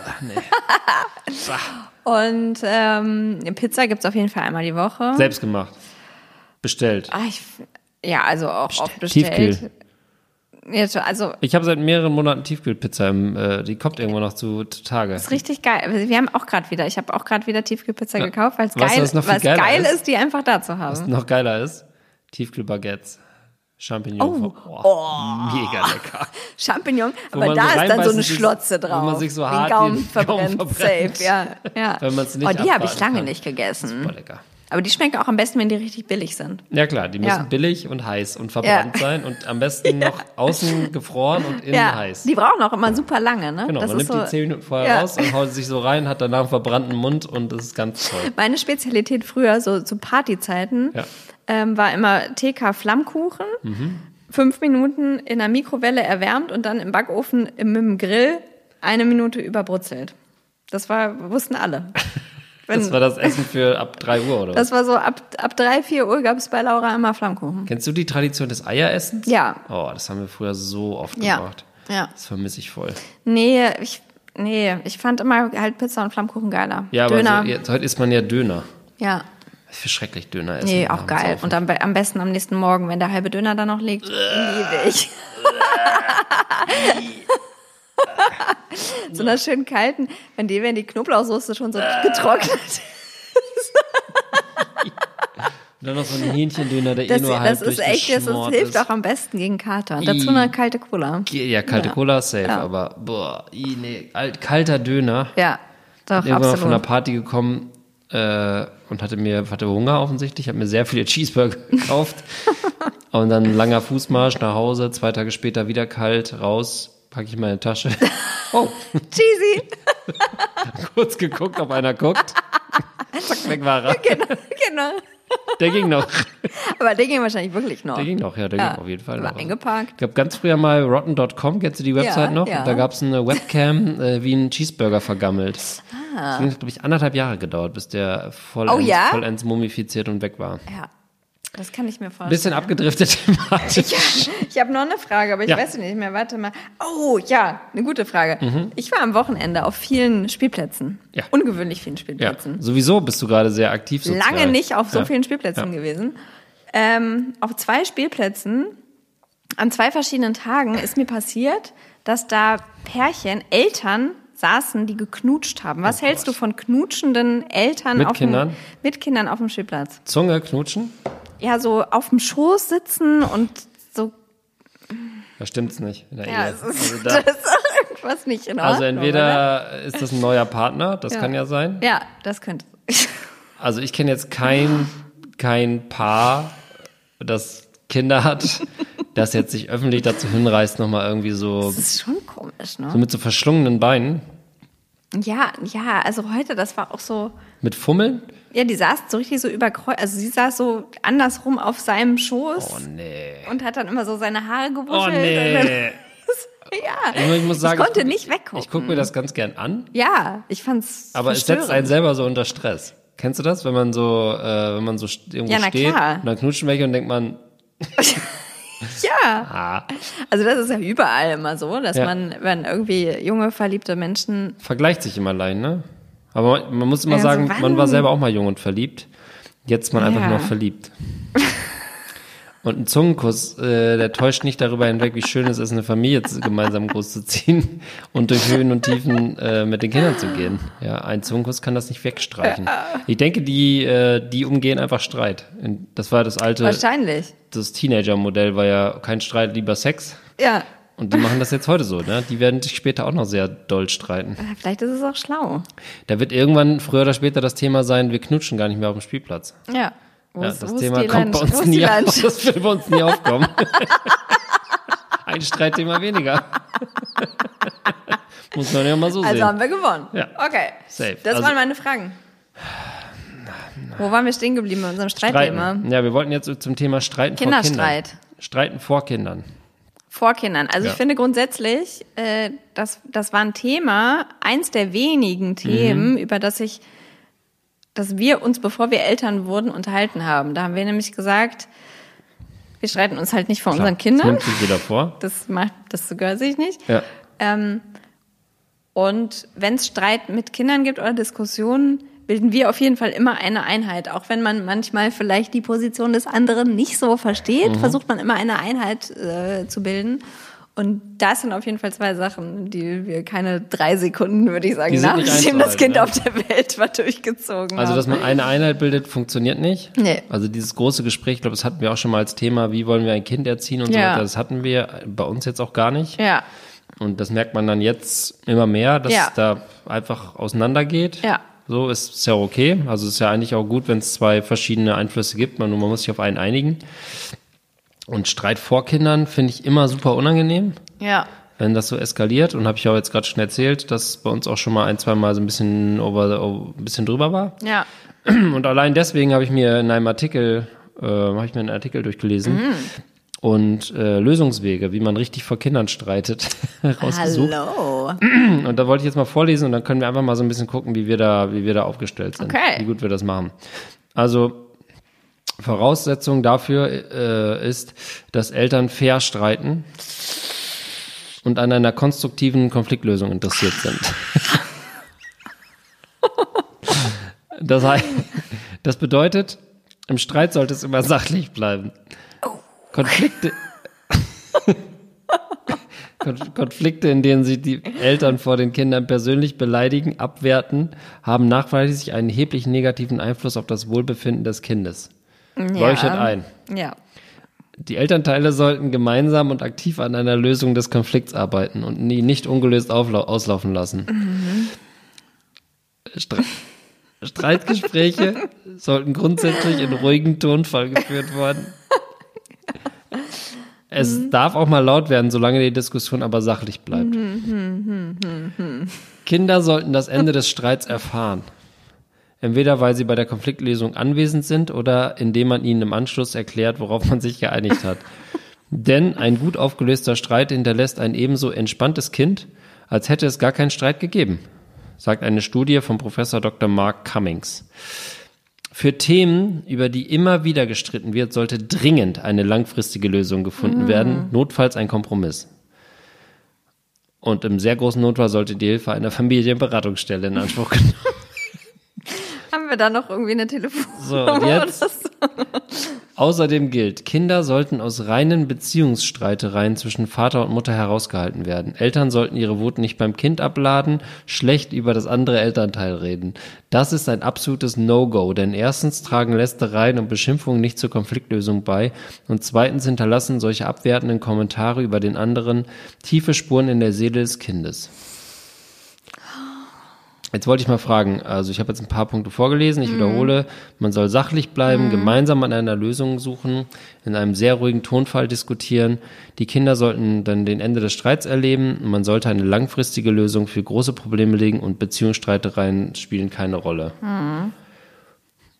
Nee. Und ähm, Pizza gibt's auf jeden Fall einmal die Woche. Selbst gemacht. Bestellt. Ah, ich, ja, also auch oft bestellt. Tiefkühl. Jetzt, also Ich habe seit mehreren Monaten Tiefkühlpizza, im, äh, die kommt irgendwo noch zu Tage. ist richtig geil. Wir haben auch gerade wieder, ich habe auch gerade wieder Tiefkühlpizza Ja. gekauft, weil es Weißt du, geil, was noch viel weil's geiler geil ist? ist? die einfach da zu Was haben. noch geiler ist, Tiefkühlbaguettes. Champignon. Oh. Oh, mega lecker. Champignon, Wo aber man da so ist dann so reinbeißen eine sich- Schlotze drauf. wo man sich so Den hart Gaumen den verbrennt. Gaumen verbrennt. Safe, ja. ja. Wenn man's nicht oh, die habe ich abwarten lange kann. nicht gegessen. Super lecker. Aber die schmecken auch am besten, wenn die richtig billig sind. Ja klar, die müssen Ja. billig und heiß und verbrannt Ja. sein und am besten noch außen gefroren und innen Ja, heiß. die brauchen auch immer super lange, ne? Genau, das man ist nimmt so, die zehn Minuten vorher ja. raus und haut sich so rein, hat danach einen verbrannten Mund und das ist ganz toll. Meine Spezialität früher, so zu Partyzeiten, Ja. ähm, war immer T K-Flammkuchen. Mhm. Fünf Minuten in der Mikrowelle erwärmt und dann im Backofen im, mit dem Grill eine Minute überbrutzelt. Das war, wussten alle. Wenn, Das war das Essen für ab drei Uhr, oder was? das war so, ab, ab drei, vier Uhr gab es bei Laura immer Flammkuchen. Kennst du die Tradition des Eieressens? Ja. Oh, das haben wir früher so oft Ja. gemacht. Ja. Das vermisse ich voll. Nee, ich, nee, ich fand immer halt Pizza und Flammkuchen geiler. Ja, aber Döner. so, jetzt, heute isst man ja Döner. Ja. Ich finde schrecklich Döner essen. Nee, nach auch dem geil. Saufen. Und am, am besten am nächsten Morgen, wenn der halbe Döner da noch liegt, liebe ich. So einer schön kalten, wenn die, wenn die Knoblauchsoße schon so getrocknet ist. Und dann noch so ein Hähnchendöner, der Das, eh nur halb das ist echt, das, das durchgeschmort hilft ist. auch am besten gegen Kater. Und dazu eine kalte Cola. Ja, kalte Ja. Cola safe, Ja. aber boah, i, nee, alt, kalter Döner. Ja, doch, Irgendwann mal von einer absolut. Party gekommen äh, und hatte mir hatte Hunger offensichtlich, habe mir sehr viele Cheeseburger gekauft und dann ein langer Fußmarsch nach Hause, zwei Tage später wieder kalt, raus, packe ich meine Tasche. Oh, Cheesy. kurz geguckt, ob einer guckt. Zack, weg war er. Genau, genau. Der ging noch. Aber der ging wahrscheinlich wirklich noch. Der ging noch, ja, der Ja, ging auf jeden Fall war noch. eingeparkt. Ich habe ganz früher mal rotten Punkt com, kennst du die Website Ja, noch? ja. Da gab es eine Webcam, äh, wie ein Cheeseburger vergammelt. Ah. Das hat, glaube ich, anderthalb Jahre gedauert, bis der vollends, Oh ja? vollends mumifiziert und weg war. Ja, das kann ich mir vorstellen. Bisschen abgedriftet thematisch. Ich, ich habe noch eine Frage, aber ich Ja. weiß sie nicht mehr. Warte mal. Oh, ja, eine gute Frage. Ich war am Wochenende auf vielen Spielplätzen. Ja. Ungewöhnlich vielen Ja, Spielplätzen. sowieso bist du gerade sehr aktiv sozial. Lange nicht auf so Ja. vielen Spielplätzen Ja. gewesen. Ähm, auf zwei Spielplätzen, an zwei verschiedenen Tagen ist mir passiert, dass da Pärchen, Eltern saßen, die geknutscht haben. Was Oh hältst Gott. du von knutschenden Eltern Mit auf Kindern? Dem, mit Kindern auf dem Spielplatz? Zunge knutschen? Ja, so auf dem Schoß sitzen und so. Da stimmt's nicht in der Ja, Ehe. es ist, Also, da, das ist auch irgendwas nicht in Ordnung. also oder? entweder ist das ein neuer Partner, das Ja. kann ja sein. Ja, das könnte. Also ich kenne jetzt kein, kein Paar, das Kinder hat, das jetzt sich öffentlich dazu hinreißt, nochmal irgendwie so, Das ist schon komisch, ne? so mit so verschlungenen Beinen, Ja, ja, also heute, das war auch so. mit Fummeln. Ja, die saß so richtig so überkreuzt. Also sie saß so andersrum auf seinem Schoß. Oh nee. Und hat dann immer so seine Haare Oh gewuschelt. nee. Ja, Ich, muss sagen, ich konnte ich, nicht weggucken. Ich gucke mir das ganz gern an. Ja, ich fand's Aber es setzt einen selber so unter Stress. Kennst du das, wenn man so, äh, wenn man so irgendwo Ja, na steht klar. und dann knutschen welche und denkt man, Ja, ah, also das ist ja überall immer so, dass Ja. man, wenn irgendwie junge, verliebte Menschen, vergleicht sich immer allein, ne? Aber man, man muss immer Ja, so sagen, wann? man war selber auch mal jung und verliebt. Jetzt ist man einfach Ja. nur noch verliebt. Und ein Zungenkuss, äh, der täuscht nicht darüber hinweg, wie schön es ist, eine Familie zu, gemeinsam großzuziehen und durch Höhen und Tiefen äh, mit den Kindern zu gehen. Ja, ein Zungenkuss kann das nicht wegstreichen. Ich denke, die, äh, die umgehen einfach Streit. Das war das alte, wahrscheinlich. das Teenager-Modell war ja kein Streit, lieber Sex. Ja, Und die machen das jetzt heute so, ne? Die werden sich später auch noch sehr doll streiten. vielleicht ist es auch schlau. Da wird irgendwann früher oder später das Thema sein, wir knutschen gar nicht mehr auf dem Spielplatz. Ja. Wo Ja, ist- das wo ist Thema die kommt bei Leidenschaft? uns Wo ist nie die auf. Leidenschaft? Das wird bei uns nie aufkommen. Ein Streitthema weniger. Muss man ja mal so Also sehen. haben wir gewonnen. Ja. Okay. Safe. Das Also- waren meine Fragen. Wo waren wir stehen geblieben mit unserem Streitthema? Streiten. Ja, wir wollten jetzt zum Thema Streiten vor Kinderstreit. Kindern. Streiten vor Kindern. Vor Kindern. Also Ja. ich finde grundsätzlich, äh, das, das war ein Thema, eins der wenigen Themen, Mhm. über das ich, dass wir uns, bevor wir Eltern wurden, unterhalten haben. Da haben wir nämlich gesagt, wir streiten uns halt nicht vor unseren Das Kindern. nimmt sich jeder vor. Das macht, das gehört sich nicht. Ja. Ähm, und wenn es Streit mit Kindern gibt oder Diskussionen, bilden wir auf jeden Fall immer eine Einheit. Auch wenn man manchmal vielleicht die Position des anderen nicht so versteht, Mhm. versucht man immer eine Einheit äh, zu bilden. Und das sind auf jeden Fall zwei Sachen, die wir keine drei Sekunden, würde ich sagen, Die sind nicht nachdem das einzuhalten, Kind ne? auf der Welt war, durchgezogen Also, haben. dass man eine Einheit bildet, funktioniert nicht. Nee. Also dieses große Gespräch, ich glaube, das hatten wir auch schon mal als Thema, wie wollen wir ein Kind erziehen und so Ja. weiter. Das hatten wir bei uns jetzt auch gar nicht. Ja, Und das merkt man dann jetzt immer mehr, dass Ja. es da einfach auseinandergeht. Ja. So ist es ja okay. Also es ist ja eigentlich auch gut, wenn es zwei verschiedene Einflüsse gibt. Man, man muss sich auf einen einigen. Und Streit vor Kindern finde ich immer super unangenehm, ja, wenn das so eskaliert. Und habe ich auch jetzt gerade schon erzählt, dass bei uns auch schon mal ein, zwei Mal so ein bisschen, over, over, ein bisschen drüber war. ja. Und allein deswegen habe ich mir in einem Artikel, äh, habe ich mir einen Artikel durchgelesen. Mhm. Und äh, Lösungswege, wie man richtig vor Kindern streitet, rausgesucht. Hallo. Und da wollte ich jetzt mal vorlesen und dann können wir einfach mal so ein bisschen gucken, wie wir da, wie wir da aufgestellt sind, Okay. wie gut wir das machen. Also Voraussetzung dafür äh, ist, dass Eltern fair streiten und an einer konstruktiven Konfliktlösung interessiert sind. Das heißt, das bedeutet, im Streit sollte es immer sachlich bleiben. Konflikte, Kon- Konflikte, in denen sie die Eltern vor den Kindern persönlich beleidigen, abwerten, haben nachweislich einen erheblichen negativen Einfluss auf das Wohlbefinden des Kindes. Leuchtet ein. Ja. Die Elternteile sollten gemeinsam und aktiv an einer Lösung des Konflikts arbeiten und ihn nicht ungelöst auflau- auslaufen lassen. Stre- Streitgespräche sollten grundsätzlich in ruhigem Tonfall geführt werden. Es darf auch mal laut werden, solange die Diskussion aber sachlich bleibt. Kinder sollten das Ende des Streits erfahren. Entweder weil sie bei der Konfliktlösung anwesend sind oder indem man ihnen im Anschluss erklärt, worauf man sich geeinigt hat. Denn ein gut aufgelöster Streit hinterlässt ein ebenso entspanntes Kind, als hätte es gar keinen Streit gegeben, sagt eine Studie von Professor Doktor Mark Cummings. Für Themen, über die immer wieder gestritten wird, sollte dringend eine langfristige Lösung gefunden Mhm. werden, notfalls ein Kompromiss. Und im sehr großen Notfall sollte die Hilfe einer Familienberatungsstelle in Anspruch genommen werden. Haben wir da noch irgendwie eine Telefonnummer? So, und jetzt? oder so? Außerdem gilt, Kinder sollten aus reinen Beziehungsstreitereien zwischen Vater und Mutter herausgehalten werden. Eltern sollten ihre Wut nicht beim Kind abladen, schlecht über das andere Elternteil reden. Das ist ein absolutes No-Go, denn erstens tragen Lästereien und Beschimpfungen nicht zur Konfliktlösung bei und zweitens hinterlassen solche abwertenden Kommentare über den anderen tiefe Spuren in der Seele des Kindes. Jetzt wollte ich mal fragen, also ich habe jetzt ein paar Punkte vorgelesen, ich wiederhole, man soll sachlich bleiben, gemeinsam an einer Lösung suchen, in einem sehr ruhigen Tonfall diskutieren, die Kinder sollten dann den Ende des Streits erleben, man sollte eine langfristige Lösung für große Probleme legen und Beziehungsstreitereien spielen keine Rolle.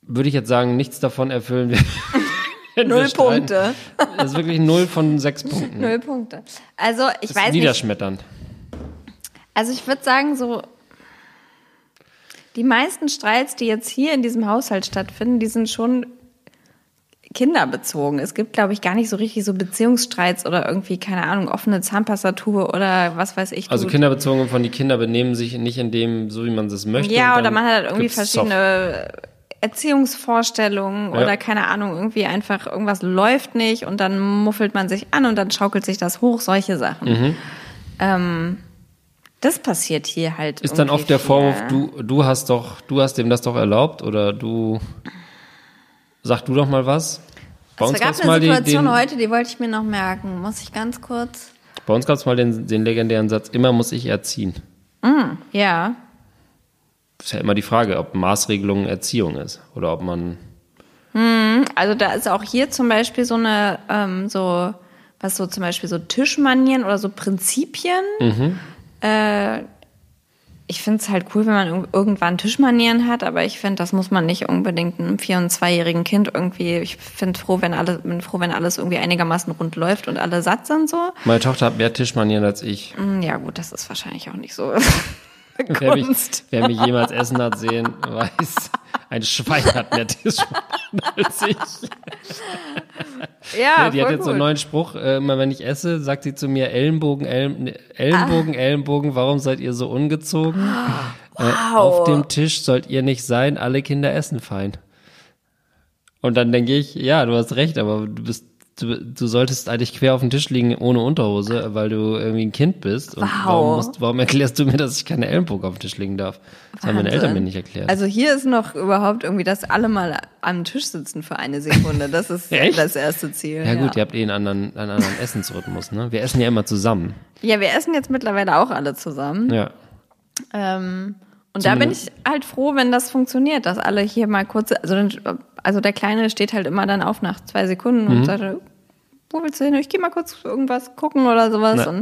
würde ich jetzt sagen, nichts davon erfüllen wir. Null Punkte. Das ist wirklich null von sechs Punkten. Null Punkte. Also ich das weiß ist niederschmetternd. nicht. Also ich würde sagen, so die meisten Streits, die jetzt hier in diesem Haushalt stattfinden, die sind schon kinderbezogen. Es gibt, glaube ich, gar nicht so richtig so Beziehungsstreits oder irgendwie, keine Ahnung, offene Zahnpastatube oder was weiß ich. Also kinderbezogen von die Kinder benehmen sich nicht in dem, so wie man es möchte. Ja, oder man hat halt irgendwie verschiedene Soft. Erziehungsvorstellungen ja. oder keine Ahnung, irgendwie einfach irgendwas läuft nicht und dann muffelt man sich an und dann schaukelt sich das hoch, solche Sachen. Mhm. Ähm, das passiert hier halt. Ist dann oft der Vorwurf, du, du hast doch, du hast dem das doch erlaubt oder du, sag du doch mal was. Bei es uns gab eine mal Situation den, heute, die wollte ich mir noch merken. Muss ich ganz kurz? Bei uns gab es mal den, den legendären Satz, immer muss ich erziehen. Mm, ja. Ist ja immer die Frage, ob Maßregelung Erziehung ist oder ob man... Hm, also da ist auch hier zum Beispiel so eine, ähm, so, was so zum Beispiel so Tischmanieren oder so Prinzipien. Mhm. Äh, ich finde es halt cool, wenn man irgendwann Tischmanieren hat, aber ich finde, das muss man nicht unbedingt einem vier- und zweijährigen Kind irgendwie, ich finde froh, wenn alles, bin froh, wenn alles irgendwie einigermaßen rund läuft und alle satt sind so. Meine Tochter hat mehr Tischmanieren als ich. Ja gut, das ist wahrscheinlich auch nicht so... Wer mich, wer mich jemals essen hat sehen, weiß, ein Schwein hat mehr Tischmanieren als ich. Ja, ja, die hat jetzt gut. so einen neuen Spruch, äh, immer wenn ich esse, sagt sie zu mir, Ellenbogen, Ellen, Ellenbogen, ah. Ellenbogen, warum seid ihr so ungezogen? Wow. Äh, auf dem Tisch sollt ihr nicht sein, alle Kinder essen fein. Und dann denke ich, ja, du hast recht, aber du bist Du, du solltest eigentlich quer auf dem Tisch liegen ohne Unterhose, weil du irgendwie ein Kind bist. Und wow. warum, musst, warum erklärst du mir, dass ich keine Ellenbogen auf dem Tisch liegen darf? Das Wahnsinn. Haben meine Eltern mir nicht erklärt. Also hier ist noch überhaupt irgendwie, dass alle mal am Tisch sitzen für eine Sekunde. Das ist das erste Ziel. Ja, ja gut, ihr habt eh einen anderen, einen anderen Essensrhythmus, ne? Wir essen ja immer zusammen. Ja, wir essen jetzt mittlerweile auch alle zusammen. Ja. Ähm, und da bin ich halt froh, wenn das funktioniert, dass alle hier mal kurz, also, also der Kleine steht halt immer dann auf nach zwei Sekunden mhm. und sagt, wo willst du hin? Ich gehe mal kurz irgendwas gucken oder sowas. Na. Und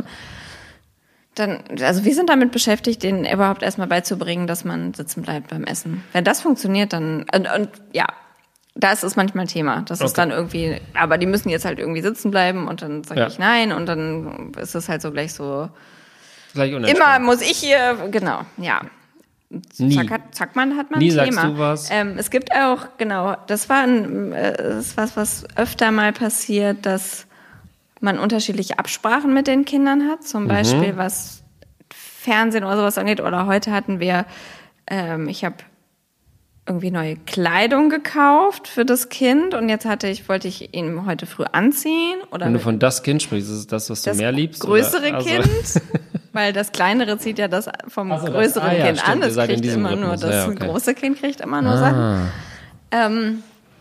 dann, also wir sind damit beschäftigt, denen überhaupt erstmal beizubringen, dass man sitzen bleibt beim Essen. Wenn das funktioniert, dann, und, und ja, da ist es manchmal Thema. Das okay. ist dann irgendwie, aber die müssen jetzt halt irgendwie sitzen bleiben und dann sage ja. ich nein und dann ist es halt so gleich so, gleich immer muss ich hier, genau, ja. Nie. Zack, hat, zack, man hat man Nie ein Thema. Sagst du was? Ähm, es gibt auch, genau, das war ein, äh, ist was, was öfter mal passiert, dass man unterschiedliche Absprachen mit den Kindern hat, zum mhm. Beispiel was Fernsehen oder sowas angeht. Oder heute hatten wir, ähm, ich habe irgendwie neue Kleidung gekauft für das Kind und jetzt hatte ich, wollte ich ihn heute früh anziehen. Oder wenn du von das Kind sprichst, ist es das, was du das mehr liebst? Größere oder? Kind. Also Weil das Kleinere zieht ja das vom also größeren das, ah, ja, Kind stimmt, an. Das kriegt immer Rhythmus. nur, das ja, okay. große Kind kriegt immer nur ah. Sachen. Ähm,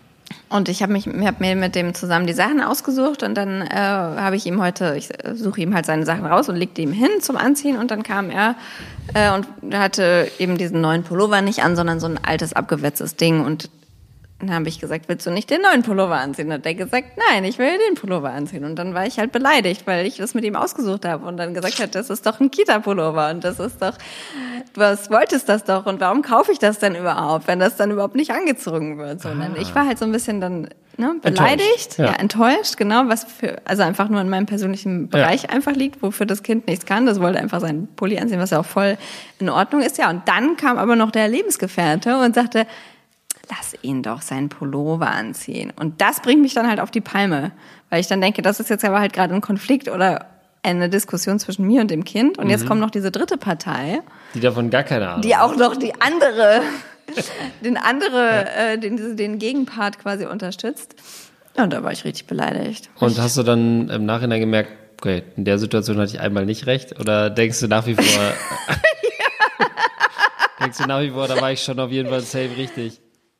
und ich habe mich, hab mir mit dem zusammen die Sachen ausgesucht und dann äh, habe ich ihm heute, ich suche ihm halt seine Sachen raus und legte ihm hin zum Anziehen und dann kam er äh, und hatte eben diesen neuen Pullover nicht an, sondern so ein altes, abgewetztes Ding und dann habe ich gesagt, willst du nicht den neuen Pullover anziehen? Und hat er gesagt, nein, ich will den Pullover anziehen. Und dann war ich halt beleidigt, weil ich das mit ihm ausgesucht habe und dann gesagt hat, das ist doch ein Kita-Pullover und das ist doch, du wolltest das doch und warum kaufe ich das denn überhaupt, wenn das dann überhaupt nicht angezogen wird? So, ah. Ich war halt so ein bisschen dann ne, beleidigt, enttäuscht. Ja. ja, enttäuscht, genau, was für, also einfach nur in meinem persönlichen Bereich ja. einfach liegt, wofür das Kind nichts kann. Das wollte einfach seinen Pulli anziehen, was ja auch voll in Ordnung ist. Ja, und dann kam aber noch der Lebensgefährte und sagte, lass ihn doch seinen Pullover anziehen. Und das bringt mich dann halt auf die Palme, weil ich dann denke, das ist jetzt aber halt gerade ein Konflikt oder eine Diskussion zwischen mir und dem Kind. Und mhm. jetzt kommt noch diese dritte Partei. Die davon gar keine Ahnung die auch noch die andere, den andere, ja. äh, den, den Gegenpart quasi unterstützt. Ja, und da war ich richtig beleidigt. Und hast du dann im Nachhinein gemerkt, okay, in der Situation hatte ich einmal nicht recht? Oder denkst du nach wie vor, ja. denkst du nach wie vor, da war ich schon auf jeden Fall safe richtig?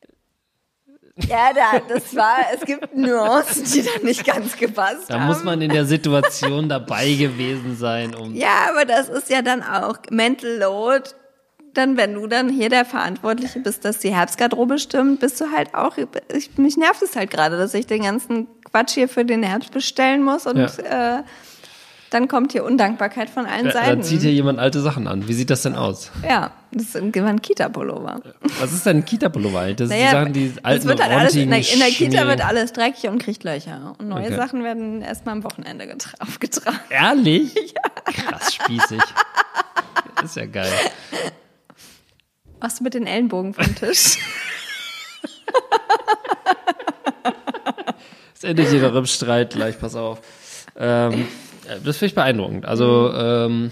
Ja, da, das war, es gibt Nuancen, die da nicht ganz gepasst da haben. Da muss man in der Situation dabei gewesen sein. Um ja, aber das ist ja dann auch Mental Load. Dann, wenn du dann hier der Verantwortliche bist, dass die Herbstgarderobe stimmt, bist du halt auch, ich, mich nervt es halt gerade, dass ich den ganzen Quatsch hier für den Herbst bestellen muss und ja. äh, dann kommt hier Undankbarkeit von allen Ja, Seiten. dann zieht hier jemand alte Sachen an. Wie sieht das denn aus? Ja, das ist ein Kita-Pullover. Was ist denn ein Kita-Pullover? Das Naja, sind die Sachen, die alten, es wird halt alles, in, der, in der Kita Schmier- wird alles dreckig und kriegt Löcher. Und neue Okay. Sachen werden erst mal am Wochenende getra- aufgetragen. Ehrlich? Ja. Krass spießig. Das ist ja geil. Machst du mit den Ellenbogen vom Tisch? Das endet hier noch im Streit gleich, pass auf. Ähm, das finde ich beeindruckend. Also, ähm,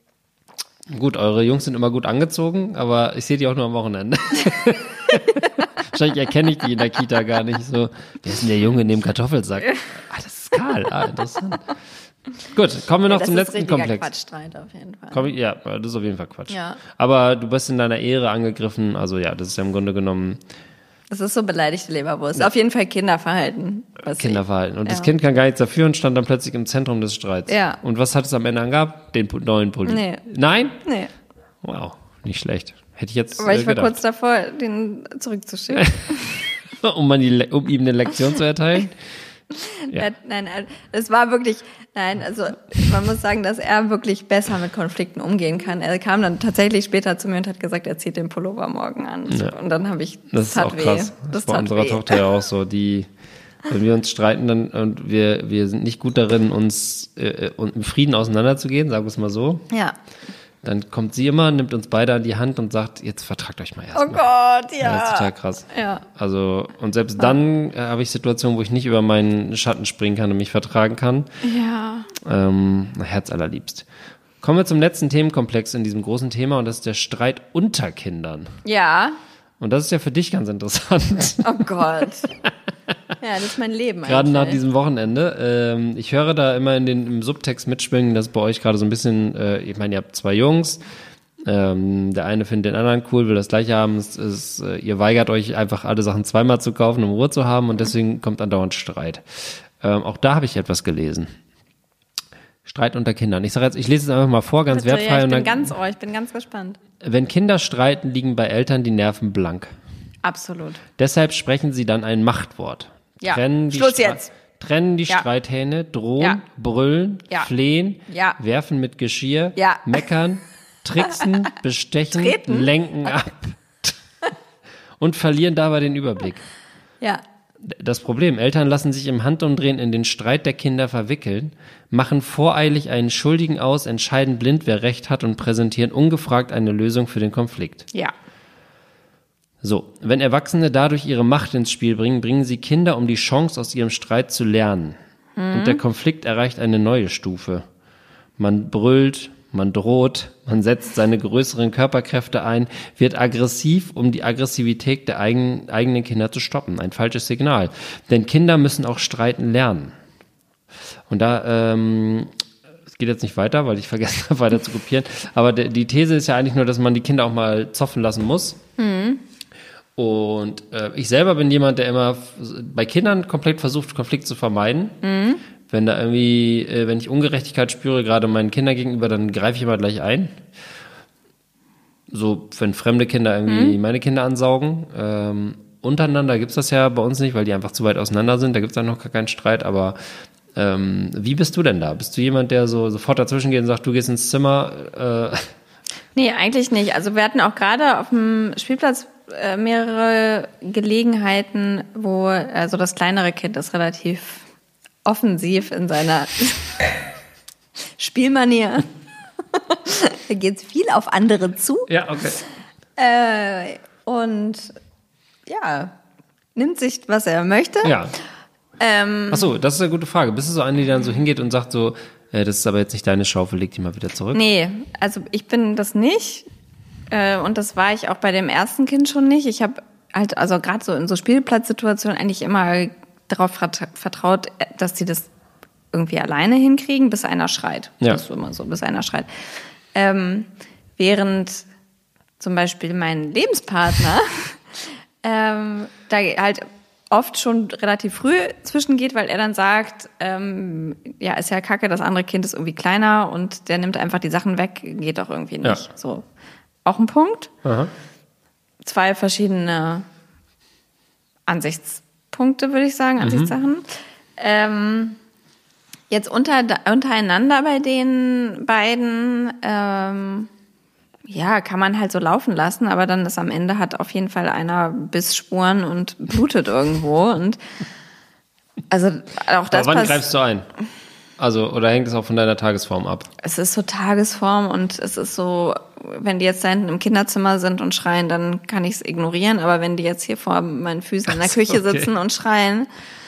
gut, eure Jungs sind immer gut angezogen, aber ich sehe die auch nur am Wochenende. Wahrscheinlich erkenne ich die in der Kita gar nicht so. Wer ist denn der Junge in dem Kartoffelsack? Ah, das ist Karl. Ah, interessant. Gut, kommen wir noch Ja, zum das letzten ist richtiger Komplex. Quatschstreit auf jeden Fall. Komm, ja, das ist auf jeden Fall Quatsch. Ja. Aber du bist in deiner Ehre angegriffen, also ja, das ist ja im Grunde genommen Das ist so beleidigte Leberwurst. Auf jeden Fall Kinderverhalten. was Kinderverhalten. Und Ja. das Kind kann gar nichts dafür und stand dann plötzlich im Zentrum des Streits. Ja. Und was hat es am Ende angehabt? Den pu- neuen Pulli. Nee. Nein? Ich, nee, Wow, nicht schlecht. Hätte ich jetzt aber äh, ich war gedacht. kurz davor, den zurückzuschicken. um, man die, Le- um ihm eine Lektion zu erteilen. Ja. Er, nein, er- es war wirklich, nein, also man muss sagen, dass er wirklich besser mit Konflikten umgehen kann. Er kam dann tatsächlich später zu mir und hat gesagt, er zieht den Pullover morgen an. Ja. Und dann habe ich, Das das, ist tat auch weh. krass. Das Das ist bei tat unserer weh. Tochter ja auch so. Die, wenn wir uns streiten dann, und wir, wir sind nicht gut darin, uns äh, und im Frieden auseinanderzugehen, sagen wir es mal so, Ja. dann kommt sie immer, nimmt uns beide an die Hand und sagt, jetzt vertragt euch mal Oh erstmal. Gott, ja. Ja, das ist total krass. Ja. Also, und selbst dann äh, habe ich Situationen, wo ich nicht über meinen Schatten springen kann und mich vertragen kann. Ja. Ähm, Herz allerliebst. Kommen wir zum letzten Themenkomplex in diesem großen Thema und das ist der Streit unter Kindern. Ja. Und das ist ja für dich ganz interessant. Oh Gott. Ja, das ist mein Leben Gerade nach eigentlich. diesem Wochenende. Ähm, ich höre da immer in den, im Subtext mitschwingen, dass bei euch gerade so ein bisschen, äh, ich meine, ihr habt zwei Jungs. Ähm, der eine findet den anderen cool, will das gleiche haben. Es, es, äh, ihr weigert euch einfach alle Sachen zweimal zu kaufen, um Ruhe zu haben und deswegen kommt andauernd Streit. Ähm, auch da habe ich etwas gelesen. Streit unter Kindern. Ich sage jetzt, ich lese es einfach mal vor, ganz Bitte, wertfrei. ja, ich und bin dann, ganz, oh, ich bin ganz gespannt. wenn Kinder streiten, liegen bei Eltern die Nerven blank. Absolut. Deshalb sprechen sie dann ein Machtwort. Ja, Trennen die Schluss Stre- jetzt. Trennen die Ja. Streithähne, drohen, Ja. brüllen, Ja. flehen, Ja. werfen mit Geschirr, Ja. meckern, tricksen, bestechen, Treten. lenken ab und verlieren dabei den Überblick. Ja. Das Problem, Eltern lassen sich im Handumdrehen in den Streit der Kinder verwickeln, machen voreilig einen Schuldigen aus, entscheiden blind, wer Recht hat und präsentieren ungefragt eine Lösung für den Konflikt. Ja. So, wenn Erwachsene dadurch ihre Macht ins Spiel bringen, bringen sie Kinder um die Chance, aus ihrem Streit zu lernen. Und der Konflikt erreicht eine neue Stufe. Man brüllt, man droht, man setzt seine größeren Körperkräfte ein, wird aggressiv, um die Aggressivität der eigenen, eigenen Kinder zu stoppen. Ein falsches Signal. Denn Kinder müssen auch streiten lernen. Und da, ähm, es geht jetzt nicht weiter, weil ich vergessen habe, weiter zu kopieren. Aber de, die These ist ja eigentlich nur, dass man die Kinder auch mal zoffen lassen muss. Und äh, ich selber bin jemand, der immer f- bei Kindern komplett versucht, Konflikt zu vermeiden. Mhm. Wenn da irgendwie, äh, wenn ich Ungerechtigkeit spüre, gerade meinen Kindern gegenüber, dann greife ich immer gleich ein. So, wenn fremde Kinder irgendwie Mhm. meine Kinder ansaugen. Ähm, untereinander gibt's das ja bei uns nicht, weil die einfach zu weit auseinander sind. Da gibt's dann noch gar keinen Streit. Aber ähm, wie bist du denn da? Bist du jemand, der so sofort dazwischen geht und sagt, du gehst ins Zimmer? Äh, Nee, eigentlich nicht. Also wir hatten auch gerade auf dem Spielplatz äh, mehrere Gelegenheiten, wo also das kleinere Kind ist relativ offensiv in seiner Spielmanier. Da geht's viel auf andere zu. ja, okay. Äh, und ja, nimmt sich, was er möchte. Ja. Ähm, Ach so, das ist eine gute Frage. Bist du so eine, die dann so hingeht und sagt so, äh, das ist aber jetzt nicht deine Schaufel, leg die mal wieder zurück? Nee, also ich bin das nicht. Äh, und das war ich auch bei dem ersten Kind schon nicht. Ich habe halt, also gerade so in so Spielplatzsituationen eigentlich immer darauf vert- vertraut, dass sie das irgendwie alleine hinkriegen, bis einer schreit. Ja. Das ist immer so, bis einer schreit. Ähm, während zum Beispiel mein Lebenspartner ähm, da halt oft schon relativ früh zwischengeht, weil er dann sagt, ähm, ja, ist ja kacke, das andere Kind ist irgendwie kleiner und der nimmt einfach die Sachen weg, geht doch irgendwie nicht. Ja. So, auch ein Punkt. Aha. Zwei verschiedene Ansichtspunkte, würde ich sagen, Ansichtssachen. Ähm, Jetzt unter, untereinander bei den beiden, ähm, ja, kann man halt so laufen lassen, aber dann ist am Ende hat auf jeden Fall einer Bissspuren und blutet irgendwo und also auch das. Aber wann pass- greifst du ein? Also, oder hängt es auch von deiner Tagesform ab? Es ist so Tagesform und es ist so, wenn die jetzt da hinten im Kinderzimmer sind und schreien, dann kann ich es ignorieren, aber wenn die jetzt hier vor meinen Füßen in der Ach so, Küche okay. sitzen und schreien,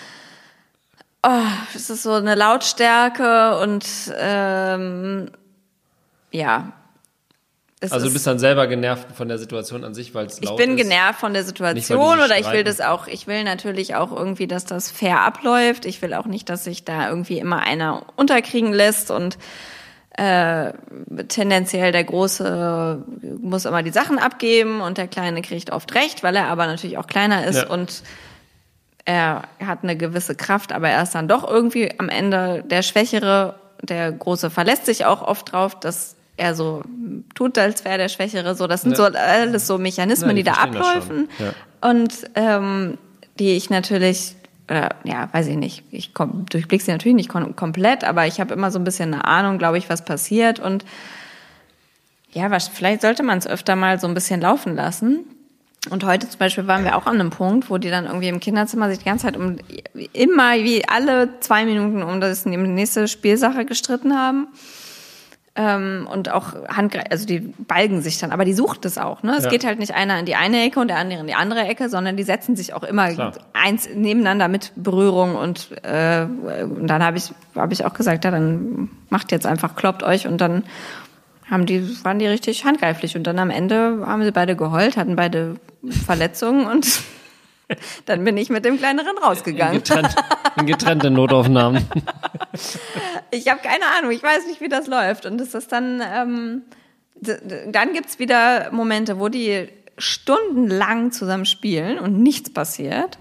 oh, es ist so eine Lautstärke und ähm, ja. Es Also du ist, bist dann selber genervt von der Situation an sich, weil es laut ich bin ist? genervt von der Nicht, weil Situation die sich oder ich will streiten. das auch, ich will natürlich auch irgendwie, dass das fair abläuft. Ich will auch nicht, dass sich da irgendwie immer einer unterkriegen lässt und äh, tendenziell der Große muss immer die Sachen abgeben und der Kleine kriegt oft recht, weil er aber natürlich auch kleiner ist Ja. und er hat eine gewisse Kraft, aber er ist dann doch irgendwie am Ende der Schwächere. Der Große verlässt sich auch oft drauf, dass er so tut, als wäre der Schwächere. So, das sind Ja. so alles so Mechanismen, Ja, die die da verstehen das schon. abläufen Ja. und ähm, die ich natürlich, äh, ja, weiß ich nicht, ich komm, durchblick sie natürlich nicht kom- komplett, aber ich habe immer so ein bisschen eine Ahnung, glaube ich, was passiert und ja, was, vielleicht sollte man es öfter mal so ein bisschen laufen lassen. Und heute zum Beispiel waren wir auch an einem Punkt, wo die dann irgendwie im Kinderzimmer sich die ganze Zeit um immer wie alle zwei Minuten um das um die nächste Spielsache gestritten haben. Ähm, und auch Handgre- also die balgen sich dann, aber die sucht es auch, ne? Es Ja. geht halt nicht einer in die eine Ecke und der andere in die andere Ecke, sondern die setzen sich auch immer Klar. eins nebeneinander mit Berührung und, äh, und dann habe ich habe ich auch gesagt, ja, dann macht jetzt einfach, kloppt euch und dann haben die waren die richtig handgreiflich und dann am Ende haben sie beide geheult, hatten beide Verletzungen und dann bin ich mit dem Kleineren In, rausgegangen. getrennt, in getrennte Notaufnahmen. Ich habe keine Ahnung, ich weiß nicht, wie das läuft. Und es ist dann, ähm, d- d- dann gibt's wieder Momente, wo die stundenlang zusammen spielen und nichts passiert.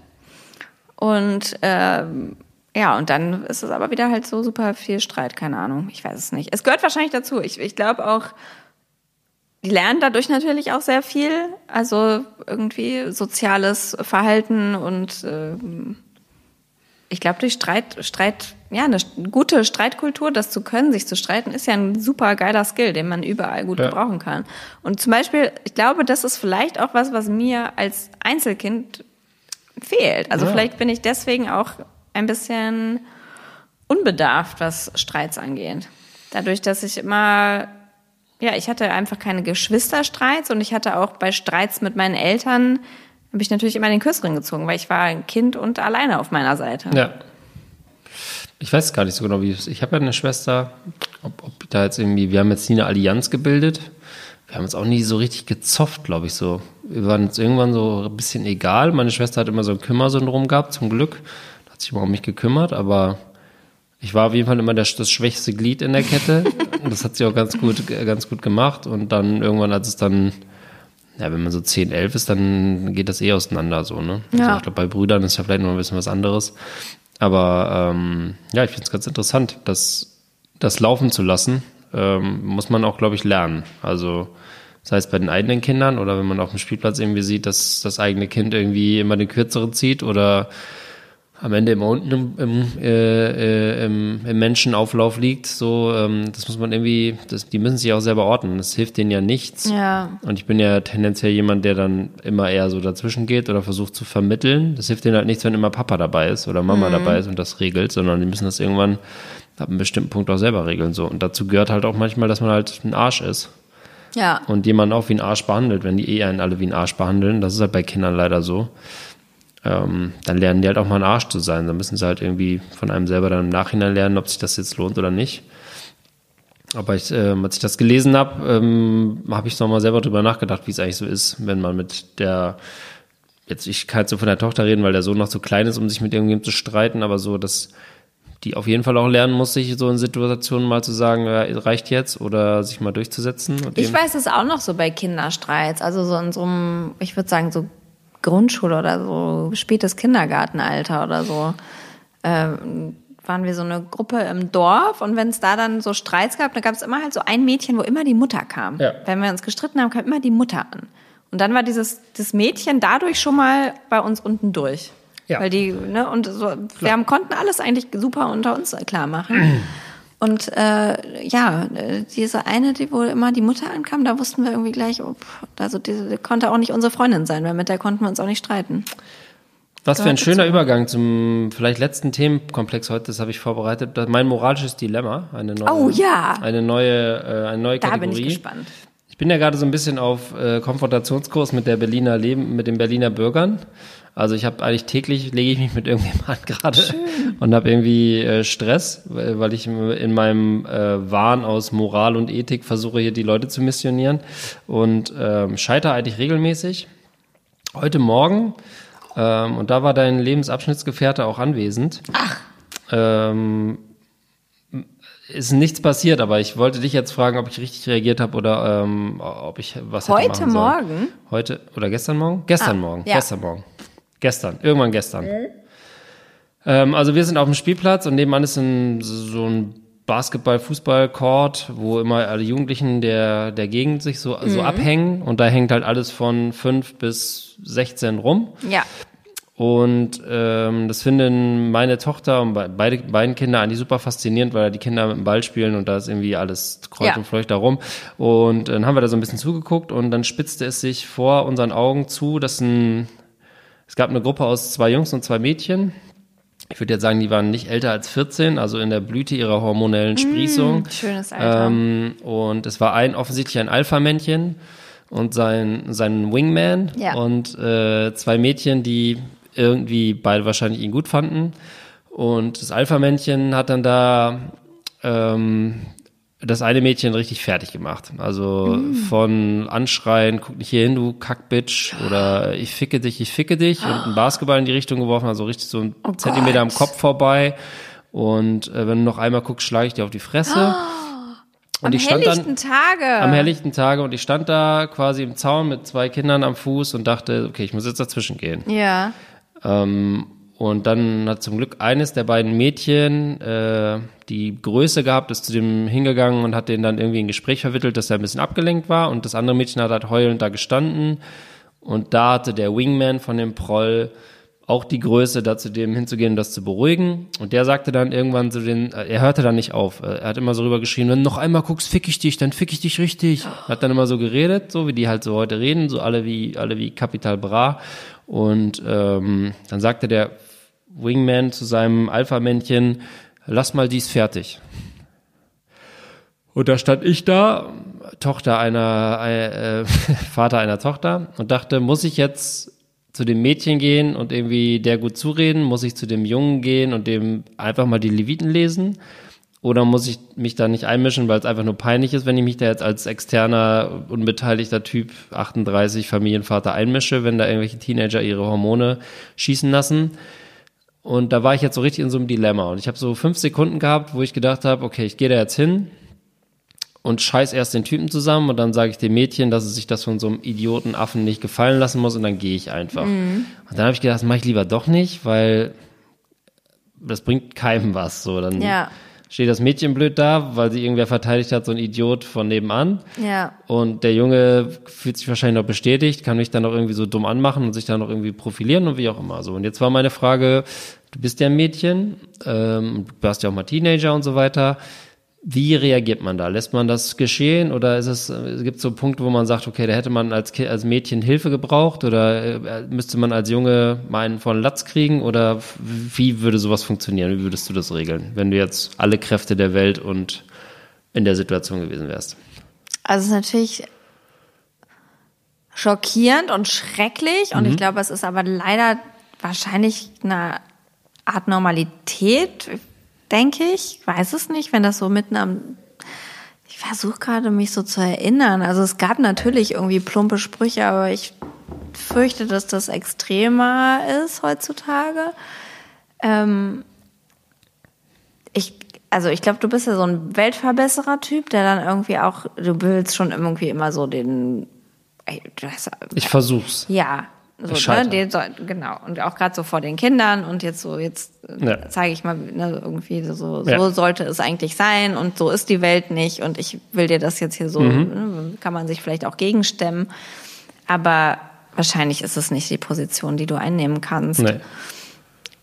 Und ähm, ja, und dann ist es aber wieder halt so super viel Streit, keine Ahnung, ich weiß es nicht. Es gehört wahrscheinlich dazu. Ich, ich glaube auch, die lernen dadurch natürlich auch sehr viel. Also irgendwie soziales Verhalten und ähm, ich glaube, durch Streit, Streit, ja, eine gute Streitkultur, das zu können, sich zu streiten, ist ja ein super geiler Skill, den man überall gut Ja. gebrauchen kann. Und zum Beispiel, ich glaube, das ist vielleicht auch was, was mir als Einzelkind fehlt. Also Ja. vielleicht bin ich deswegen auch ein bisschen unbedarft, was Streits angeht. Dadurch, dass ich immer, ja, ich hatte einfach keine Geschwisterstreits und ich hatte auch bei Streits mit meinen Eltern habe ich natürlich immer den Kürzeren gezogen, weil ich war ein Kind und alleine auf meiner Seite. Ja. Ich weiß gar nicht so genau, wie es ist. Ich habe ja eine Schwester, ob, ob da jetzt irgendwie, wir haben jetzt nie eine Allianz gebildet. Wir haben uns auch nie so richtig gezofft, glaube ich, so. Wir waren uns irgendwann so ein bisschen egal. Meine Schwester hat immer so ein Kümmersyndrom gehabt, zum Glück. Da hat sich immer um mich gekümmert, aber ich war auf jeden Fall immer der, das schwächste Glied in der Kette. Und das hat sie auch ganz gut, ganz gut gemacht. Und dann irgendwann, als es dann, ja, wenn man so zehn, elf ist, dann geht das eh auseinander, so, ne? Also Ja. ich glaube, bei Brüdern ist ja vielleicht noch ein bisschen was anderes. Aber ähm, ja, ich finde es ganz interessant, das, das laufen zu lassen, ähm, muss man auch, glaube ich, lernen. Also sei es bei den eigenen Kindern oder wenn man auf dem Spielplatz irgendwie sieht, dass das eigene Kind irgendwie immer den Kürzeren zieht oder am Ende immer unten im, im, äh, äh, im, im Menschenauflauf liegt. So, ähm, das muss man irgendwie, das, die müssen sich auch selber ordnen. Das hilft denen ja nichts. Ja. Und ich bin ja tendenziell jemand, der dann immer eher so dazwischen geht oder versucht zu vermitteln. Das hilft denen halt nichts, wenn immer Papa dabei ist oder Mama dabei ist und das regelt, sondern die müssen das irgendwann ab einem bestimmten Punkt auch selber regeln. So. Und dazu gehört halt auch manchmal, dass man halt ein Arsch ist. Ja. Und jemanden auch wie ein Arsch behandelt, wenn die eh einen alle wie ein Arsch behandeln. Das ist halt bei Kindern leider so. Ähm, dann lernen die halt auch mal ein Arsch zu sein. Dann müssen sie halt irgendwie von einem selber dann im Nachhinein lernen, ob sich das jetzt lohnt oder nicht. Aber ich, ähm, als ich das gelesen habe, ähm, habe ich nochmal selber drüber nachgedacht, wie es eigentlich so ist, wenn man mit der, jetzt ich kann jetzt so von der Tochter reden, weil der Sohn noch zu klein ist, um sich mit irgendjemandem zu streiten, aber so, dass die auf jeden Fall auch lernen muss, sich so in Situationen mal zu sagen, ja, reicht jetzt oder sich mal durchzusetzen. Und Ich eben- weiß es auch noch so bei Kinderstreits, also so in so einem, ich würde sagen, so Grundschule oder so spätes Kindergartenalter oder so, ähm, waren wir so eine Gruppe im Dorf und wenn es da dann so Streits gab, dann gab es immer halt so ein Mädchen, wo immer die Mutter kam. Ja. Wenn wir uns gestritten haben, kam immer die Mutter an. Und dann war dieses das Mädchen dadurch schon mal bei uns unten durch. Ja. Weil die, ne, und so, wir haben, konnten alles eigentlich super unter uns klar machen. Und äh, ja, diese eine, die wohl immer die Mutter ankam, da wussten wir irgendwie gleich, oh, also diese die konnte auch nicht unsere Freundin sein, weil mit der konnten wir uns auch nicht streiten. Was für ein schöner Übergang zum vielleicht letzten Themenkomplex heute, das habe ich vorbereitet. Mein moralisches Dilemma, eine neue, oh, ja. eine neue, äh, eine neue da Kategorie. Da bin ich gespannt. Ich bin ja gerade so ein bisschen auf äh, Konfrontationskurs mit der Berliner Leben, mit den Berliner Bürgern. Also ich habe eigentlich täglich, lege ich mich mit irgendjemandem an gerade und habe irgendwie äh, Stress, weil ich in meinem äh, Wahn aus Moral und Ethik versuche, hier die Leute zu missionieren und ähm, scheitere eigentlich regelmäßig. Heute Morgen, ähm, und da war dein Lebensabschnittsgefährte auch anwesend. Ach. Ähm, ist nichts passiert, aber ich wollte dich jetzt fragen, ob ich richtig reagiert habe oder ähm, ob ich was hätte Heute machen sollen. Morgen? Heute oder gestern Morgen? Gestern ah, Morgen. Ja. Gestern Morgen. Gestern. Irgendwann gestern. Mhm. Ähm, also wir sind auf dem Spielplatz und nebenan ist ein, so ein Basketball-Fußball-Court, wo immer alle Jugendlichen der, der Gegend sich so, mhm. so abhängen und da hängt halt alles von fünf bis sechzehn rum. Ja. Und ähm, das finden meine Tochter und beide beiden Kinder eigentlich super faszinierend, weil die Kinder mit dem Ball spielen und da ist irgendwie alles kreuz ja. und fleucht da rum. Und dann haben wir da so ein bisschen zugeguckt und dann spitzte es sich vor unseren Augen zu, dass ein, es gab eine Gruppe aus zwei Jungs und zwei Mädchen. Ich würde jetzt sagen, die waren nicht älter als vierzehn, also in der Blüte ihrer hormonellen Sprießung. Mm, schönes Alter. Ähm, und es war ein offensichtlich ein Alpha-Männchen und sein, sein Wingman ja. und äh, zwei Mädchen, die irgendwie beide wahrscheinlich ihn gut fanden. Und das Alpha-Männchen hat dann da ähm, das eine Mädchen richtig fertig gemacht. Also mm. von Anschreien, guck nicht hier hin, du Kackbitch, oder ich ficke dich, ich ficke dich, und einen Basketball in die Richtung geworfen, also richtig so ein oh Zentimeter Gott. am Kopf vorbei. Und äh, wenn du noch einmal guckst, schlage ich dir auf die Fresse. Und am ich stand helllichten dann, Tage. Am helllichten Tage. Und ich stand da quasi im Zaun mit zwei Kindern am Fuß und dachte, okay, ich muss jetzt dazwischen gehen. Ja. Ähm, und dann hat zum Glück eines der beiden Mädchen äh, die Größe gehabt, ist zu dem hingegangen und hat denen dann irgendwie ein Gespräch vermittelt, dass er ein bisschen abgelenkt war. Und das andere Mädchen hat halt heulend da gestanden. Und da hatte der Wingman von dem Proll auch die Größe, da zu dem hinzugehen und das zu beruhigen. Und der sagte dann irgendwann zu den, er hörte dann nicht auf. Er hat immer so rüber geschrien, wenn du noch einmal guckst, fick ich dich, dann fick ich dich richtig. Hat dann immer so geredet, so wie die halt so heute reden, so alle wie, alle wie Capital Bra. Und ähm, dann sagte der Wingman zu seinem Alpha-Männchen, lass mal dies fertig. Und da stand ich da, Tochter einer, äh, Vater einer Tochter, und dachte, muss ich jetzt zu dem Mädchen gehen und irgendwie der gut zureden? Muss ich zu dem Jungen gehen und dem einfach mal die Leviten lesen? Oder muss ich mich da nicht einmischen, weil es einfach nur peinlich ist, wenn ich mich da jetzt als externer, unbeteiligter Typ, achtunddreißig, Familienvater einmische, wenn da irgendwelche Teenager ihre Hormone schießen lassen? Und da war ich jetzt so richtig in so einem Dilemma. Und ich habe so fünf Sekunden gehabt, wo ich gedacht habe, okay, ich gehe da jetzt hin und scheiß erst den Typen zusammen und dann sage ich dem Mädchen, dass es sich das von so einem Idiotenaffen nicht gefallen lassen muss und dann gehe ich einfach. Mhm. Und dann habe ich gedacht, das mache ich lieber doch nicht, weil das bringt keinem was. So, dann ja. steht das Mädchen blöd da, weil sie irgendwer verteidigt hat, so ein Idiot von nebenan. Ja. Und der Junge fühlt sich wahrscheinlich noch bestätigt, kann mich dann noch irgendwie so dumm anmachen und sich dann noch irgendwie profilieren und wie auch immer. So, und jetzt war meine Frage, du bist ja ein Mädchen, ähm, du warst ja auch mal Teenager und so weiter. Wie reagiert man da? Lässt man das geschehen oder ist es, es gibt so Punkte, wo man sagt, okay, da hätte man als, Kind, als Mädchen Hilfe gebraucht oder äh, müsste man als Junge mal einen von Latz kriegen oder wie würde sowas funktionieren? Wie würdest du das regeln, wenn du jetzt alle Kräfte der Welt und in der Situation gewesen wärst? Also es ist natürlich schockierend und schrecklich und mhm. ich glaube, es ist aber leider wahrscheinlich eine Art Normalität, denke ich, weiß es nicht, wenn das so mitten am, ich versuche gerade mich so zu erinnern, also es gab natürlich irgendwie plumpe Sprüche, aber ich fürchte, dass das extremer ist heutzutage. Ähm, ich, also ich glaube, du bist ja so ein Weltverbesserer-Typ, der dann irgendwie auch, du willst schon irgendwie immer so den, ey, du hast, ich versuch's. Ja. So, ne, den soll, genau. Und auch gerade so vor den Kindern und jetzt so, jetzt ja. zeige ich mal, ne, irgendwie so, so ja. sollte es eigentlich sein und so ist die Welt nicht und ich will dir das jetzt hier so, mhm. ne, kann man sich vielleicht auch gegenstemmen. Aber wahrscheinlich ist es nicht die Position, die du einnehmen kannst. Nee.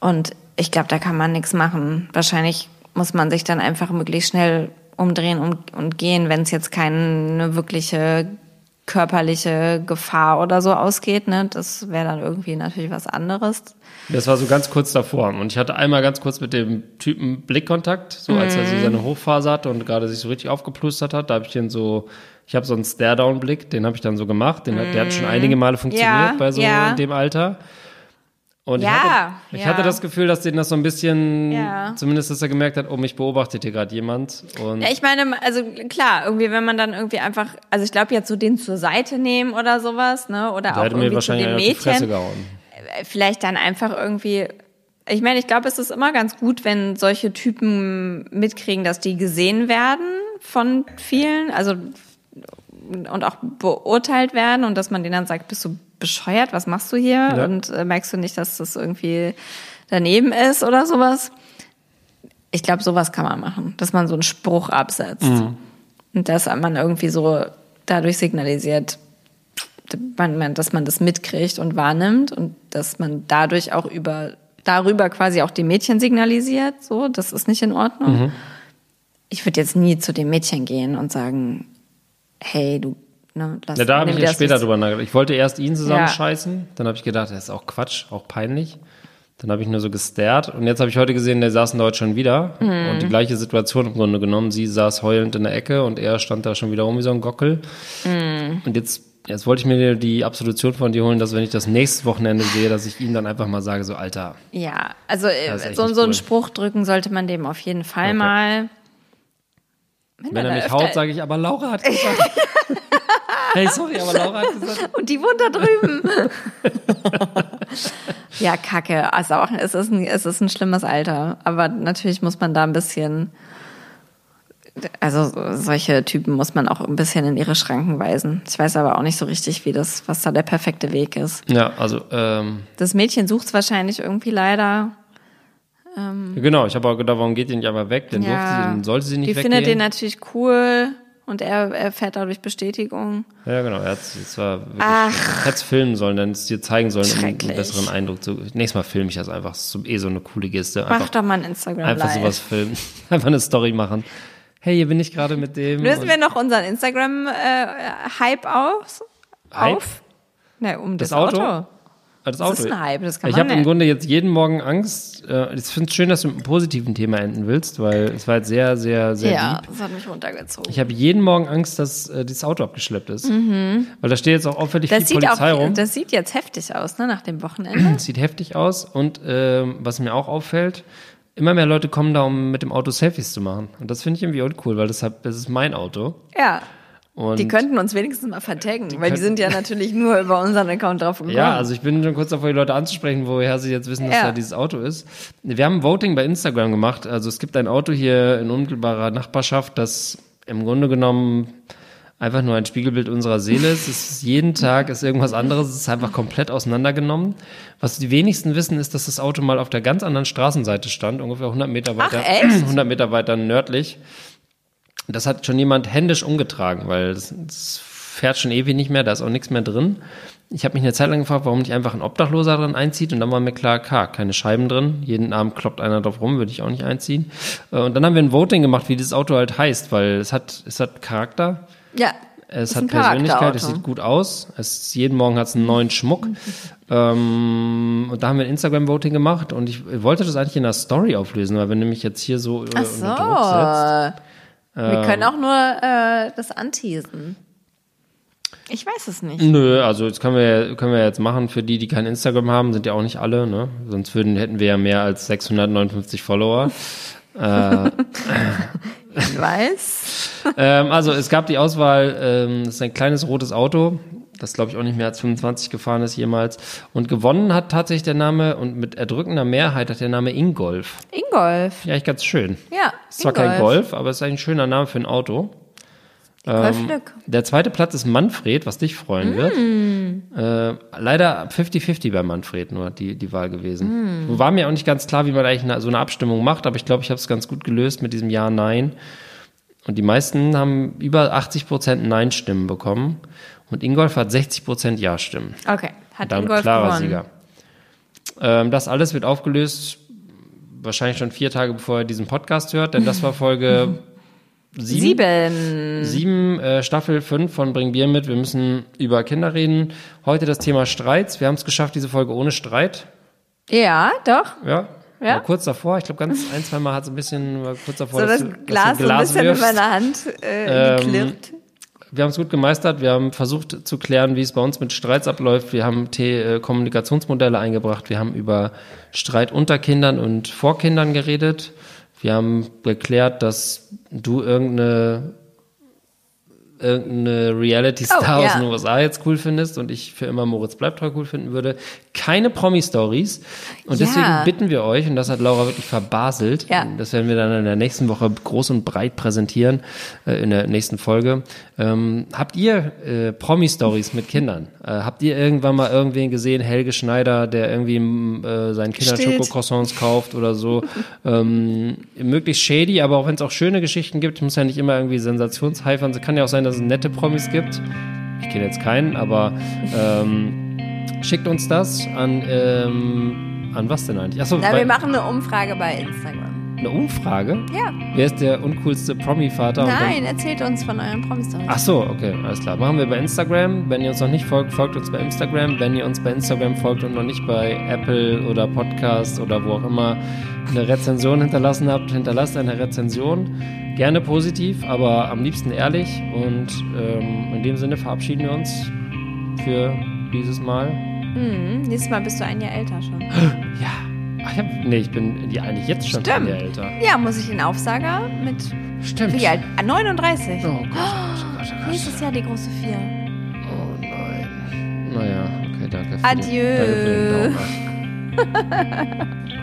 Und ich glaube, da kann man nichts machen. Wahrscheinlich muss man sich dann einfach möglichst schnell umdrehen und, und gehen, wenn es jetzt keine wirkliche körperliche Gefahr oder so ausgeht. Ne? Das wäre dann irgendwie natürlich was anderes. Das war so ganz kurz davor. Und ich hatte einmal ganz kurz mit dem Typen Blickkontakt, so als er so seine Hochphase hatte und gerade sich so richtig aufgeplustert hat. Da habe ich den so, ich habe so einen Stare-Down-Blick, den habe ich dann so gemacht. Den, der hat schon einige Male funktioniert Ja, bei so ja. in dem Alter. Und Ja, ich, hatte, ich ja. hatte das Gefühl, dass den das so ein bisschen, Ja. zumindest, dass er gemerkt hat, oh, mich beobachtet hier gerade jemand. Und Ja, ich meine, also klar, irgendwie, wenn man dann irgendwie einfach, also ich glaube jetzt so den zur Seite nehmen oder sowas, ne, oder da auch hätte mir irgendwie zu wahrscheinlich den einer auf die Fresse Mädchen, gehauen. vielleicht dann einfach irgendwie, ich meine, ich glaube, es ist immer ganz gut, wenn solche Typen mitkriegen, dass die gesehen werden von vielen, also und auch beurteilt werden und dass man denen dann sagt, bist du bescheuert, was machst du hier? Ja. Und äh, merkst du nicht, dass das irgendwie daneben ist oder sowas? Ich glaube, sowas kann man machen, dass man so einen Spruch absetzt. Mhm. Und dass man irgendwie so dadurch signalisiert, man, man, dass man das mitkriegt und wahrnimmt und dass man dadurch auch über darüber quasi auch die Mädchen signalisiert, so, das ist nicht in Ordnung. Mhm. Ich würde jetzt nie zu dem Mädchen gehen und sagen, hey, du, ne, lass Ja, da habe nimm ich dir erst das später nicht- drüber nachgedacht. Ich wollte erst ihn zusammenscheißen, Ja. dann habe ich gedacht, das ist auch Quatsch, auch peinlich. Dann habe ich nur so gestared und jetzt habe ich heute gesehen, der saßen da heute schon wieder Mhm. und die gleiche Situation im Grunde genommen. Sie saß heulend in der Ecke und er stand da schon wieder rum wie so ein Gockel. Mhm. Und jetzt, jetzt wollte ich mir die Absolution von dir holen, dass wenn ich das nächste Wochenende sehe, dass ich ihm dann einfach mal sage, so Alter, Ja, also äh, Das ist echt so, nicht so einen cool. Spruch drücken sollte man dem auf jeden Fall Okay. mal. wenn er mich haut, sage ich, aber Laura hat gesagt. Hey, sorry, aber Laura hat gesagt. Und die wohnt da drüben. Ja, Kacke. Also auch, es ist ein, es ist ein schlimmes Alter. Aber natürlich muss man da ein bisschen, also solche Typen muss man auch ein bisschen in ihre Schranken weisen. Ich weiß aber auch nicht so richtig, wie das, was da der perfekte Weg ist. Ja, also, ähm, Das Mädchen sucht es wahrscheinlich irgendwie leider. genau, ich habe auch gedacht, warum geht die nicht einfach weg? Dann durfte sie, dann sollte sie nicht Die weggehen. findet den natürlich cool und er erfährt dadurch Bestätigung. Ja, genau. Er hat es war wirklich, Ach. hätte es filmen sollen, dann es dir zeigen sollen, um einen Schrecklich. besseren Eindruck zu. Nächstes Mal filme ich das einfach. Das ist so, eh so eine coole Geste. Mach Einfach, doch mal ein Instagram einfach live. sowas filmen. Einfach eine Story machen. Hey, hier bin ich gerade mit dem. Lösen und- wir noch unseren Instagram-Hype aus? Hype? Auf? Ne, um das, Das Auto? Auto. Ah, das Das Auto. ist ein Hype, das kann Ich man habe im nennen. Grunde jetzt jeden Morgen Angst. Äh, Ich finde es schön, dass du mit einem positiven Thema enden willst, weil es war jetzt sehr, sehr, sehr Ja, lieb. das hat mich runtergezogen. Ich habe jeden Morgen Angst, dass äh, dieses Auto abgeschleppt ist. Weil da steht jetzt auch auffällig Das viel sieht, Polizei auch, rum. das sieht jetzt heftig aus, ne, nach dem Wochenende. Sieht heftig aus und ähm, was mir auch auffällt, immer mehr Leute kommen da, um mit dem Auto Selfies zu machen. Und das finde ich irgendwie uncool, weil das, hat, das ist mein Auto. Ja, Und die könnten uns wenigstens mal vertaggen, weil die könnten- sind ja natürlich nur über unseren Account drauf gekommen. ja, also ich bin schon kurz davor, die Leute anzusprechen, woher sie jetzt wissen, dass Ja. da dieses Auto ist. Wir haben ein Voting bei Instagram gemacht. Also es gibt ein Auto hier in unmittelbarer Nachbarschaft, das im Grunde genommen einfach nur ein Spiegelbild unserer Seele ist. Es ist jeden Tag ist irgendwas anderes. Es ist einfach komplett auseinandergenommen. Was die wenigsten wissen, ist, dass das Auto mal auf der ganz anderen Straßenseite stand, ungefähr hundert Meter weiter, Ach, echt? hundert Meter weiter nördlich. Das hat schon jemand händisch umgetragen, weil das, das fährt schon ewig nicht mehr, da ist auch nichts mehr drin. Ich habe mich eine Zeit lang gefragt, warum nicht einfach ein Obdachloser drin einzieht und dann war mir klar, klar, keine Scheiben drin, jeden Abend kloppt einer drauf rum, würde ich auch nicht einziehen. Äh, Und dann haben wir ein Voting gemacht, wie dieses Auto halt heißt, weil es hat, es hat Charakter, ja, es ist hat ein Persönlichkeit, es Charakterauto. sieht gut aus, es, jeden Morgen hat es einen neuen Schmuck. Ähm, und da haben wir ein Instagram-Voting gemacht und ich wollte das eigentlich in einer Story auflösen, weil wenn du mich jetzt hier so äh, Ach so. unter Druck setzt. Wir Ähm. können auch nur äh, das anteasen. Ich weiß es nicht. Nö, also das können wir, können wir jetzt machen für die, die kein Instagram haben, sind ja auch nicht alle, ne? Sonst würden, hätten wir ja mehr als sechshundertneunundfünfzig Follower. äh, Ich weiß. ähm, also es gab die Auswahl, ähm, das ist ein kleines rotes Auto, das glaube ich auch nicht mehr als fünfundzwanzig gefahren ist jemals. Und gewonnen hat tatsächlich der Name, und mit erdrückender Mehrheit hat der Name Ingolf. Ingolf. Ja, eigentlich ganz schön. Ja, Ist zwar kein Golf, aber es ist eigentlich ein schöner Name für ein Auto. Golfglück. Der zweite Platz ist Manfred, was dich freuen wird. Äh, leider fünfzig fünfzig bei Manfred nur die, die Wahl gewesen. War mir auch nicht ganz klar, wie man eigentlich eine, so eine Abstimmung macht, aber ich glaube, ich habe es ganz gut gelöst mit diesem Ja, Nein. Und die meisten haben über achtzig Prozent Nein-Stimmen bekommen. Und Ingolf hat sechzig Prozent Ja-Stimmen. Okay, hat Dann Ingolf klarer gewonnen. Sieger. Ähm, das alles wird aufgelöst, wahrscheinlich schon vier Tage bevor ihr diesen Podcast hört, denn das war Folge sieben. Sieben. Sieben, äh, Staffel fünf von Bring Bier mit. Wir müssen über Kinder reden. Heute das Thema Streits. Wir haben es geschafft, diese Folge ohne Streit. Ja, doch. Ja. Ja? War kurz davor, ich glaube ganz ein, zwei Mal hat es ein bisschen, war kurz davor, So dass das du, Glas, dass du so ein Glas bisschen wirfst. in meiner Hand äh, geklirrt. Ähm, wir haben es gut gemeistert, wir haben versucht zu klären, wie es bei uns mit Streits abläuft. Wir haben T- äh, Kommunikationsmodelle eingebracht, wir haben über Streit unter Kindern und vor Kindern geredet. Wir haben geklärt, dass du irgendeine irgendeine Reality-Star Oh, aus ja. den U S A jetzt cool findest und ich für immer Moritz Bleibtreu cool finden würde. Keine Promi-Stories. Und Ja. deswegen bitten wir euch, und das hat Laura wirklich verbaselt, Ja. das werden wir dann in der nächsten Woche groß und breit präsentieren, äh, in der nächsten Folge. Ähm, habt ihr äh, Promi-Stories mit Kindern? Äh, habt ihr irgendwann mal irgendwen gesehen, Helge Schneider, der irgendwie äh, seinen Kindern Stillt. Schokocroissants kauft oder so? ähm, möglichst shady, aber auch wenn es auch schöne Geschichten gibt, muss ja nicht immer irgendwie sensationsheifern. Es kann ja auch sein, dass es nette Promis gibt. Ich kenne jetzt keinen, aber ähm, schickt uns das an, ähm, an was denn eigentlich? Achso, Na, bei, wir machen eine Umfrage bei Instagram. eine Umfrage? Ja. Wer ist der uncoolste Promi-Vater? Und dann- Nein, erzählt uns von euren Promi-Stories. Ach so, okay, alles klar. Machen wir bei Instagram. Wenn ihr uns noch nicht folgt, folgt uns bei Instagram. Wenn ihr uns bei Instagram folgt und noch nicht bei Apple oder Podcast oder wo auch immer eine Rezension hinterlassen habt, hinterlasst eine Rezension. Gerne positiv, aber am liebsten ehrlich. Und ähm, in dem Sinne verabschieden wir uns für dieses Mal. Hm, nächstes Mal bist du ein Jahr älter schon. Ja. Ach, ich hab, nee, ich bin die eigentlich jetzt schon Stimmt. ein Jahr älter. Ja, muss ich den Aufsager mit Stimmt. wie alt? Ah, neununddreißig. Oh Gott, oh Gott, oh Gott, oh Gott. Nächstes Jahr die große Vier. Oh nein. Naja, okay, danke. Für Adieu. Den, danke für den Daumen.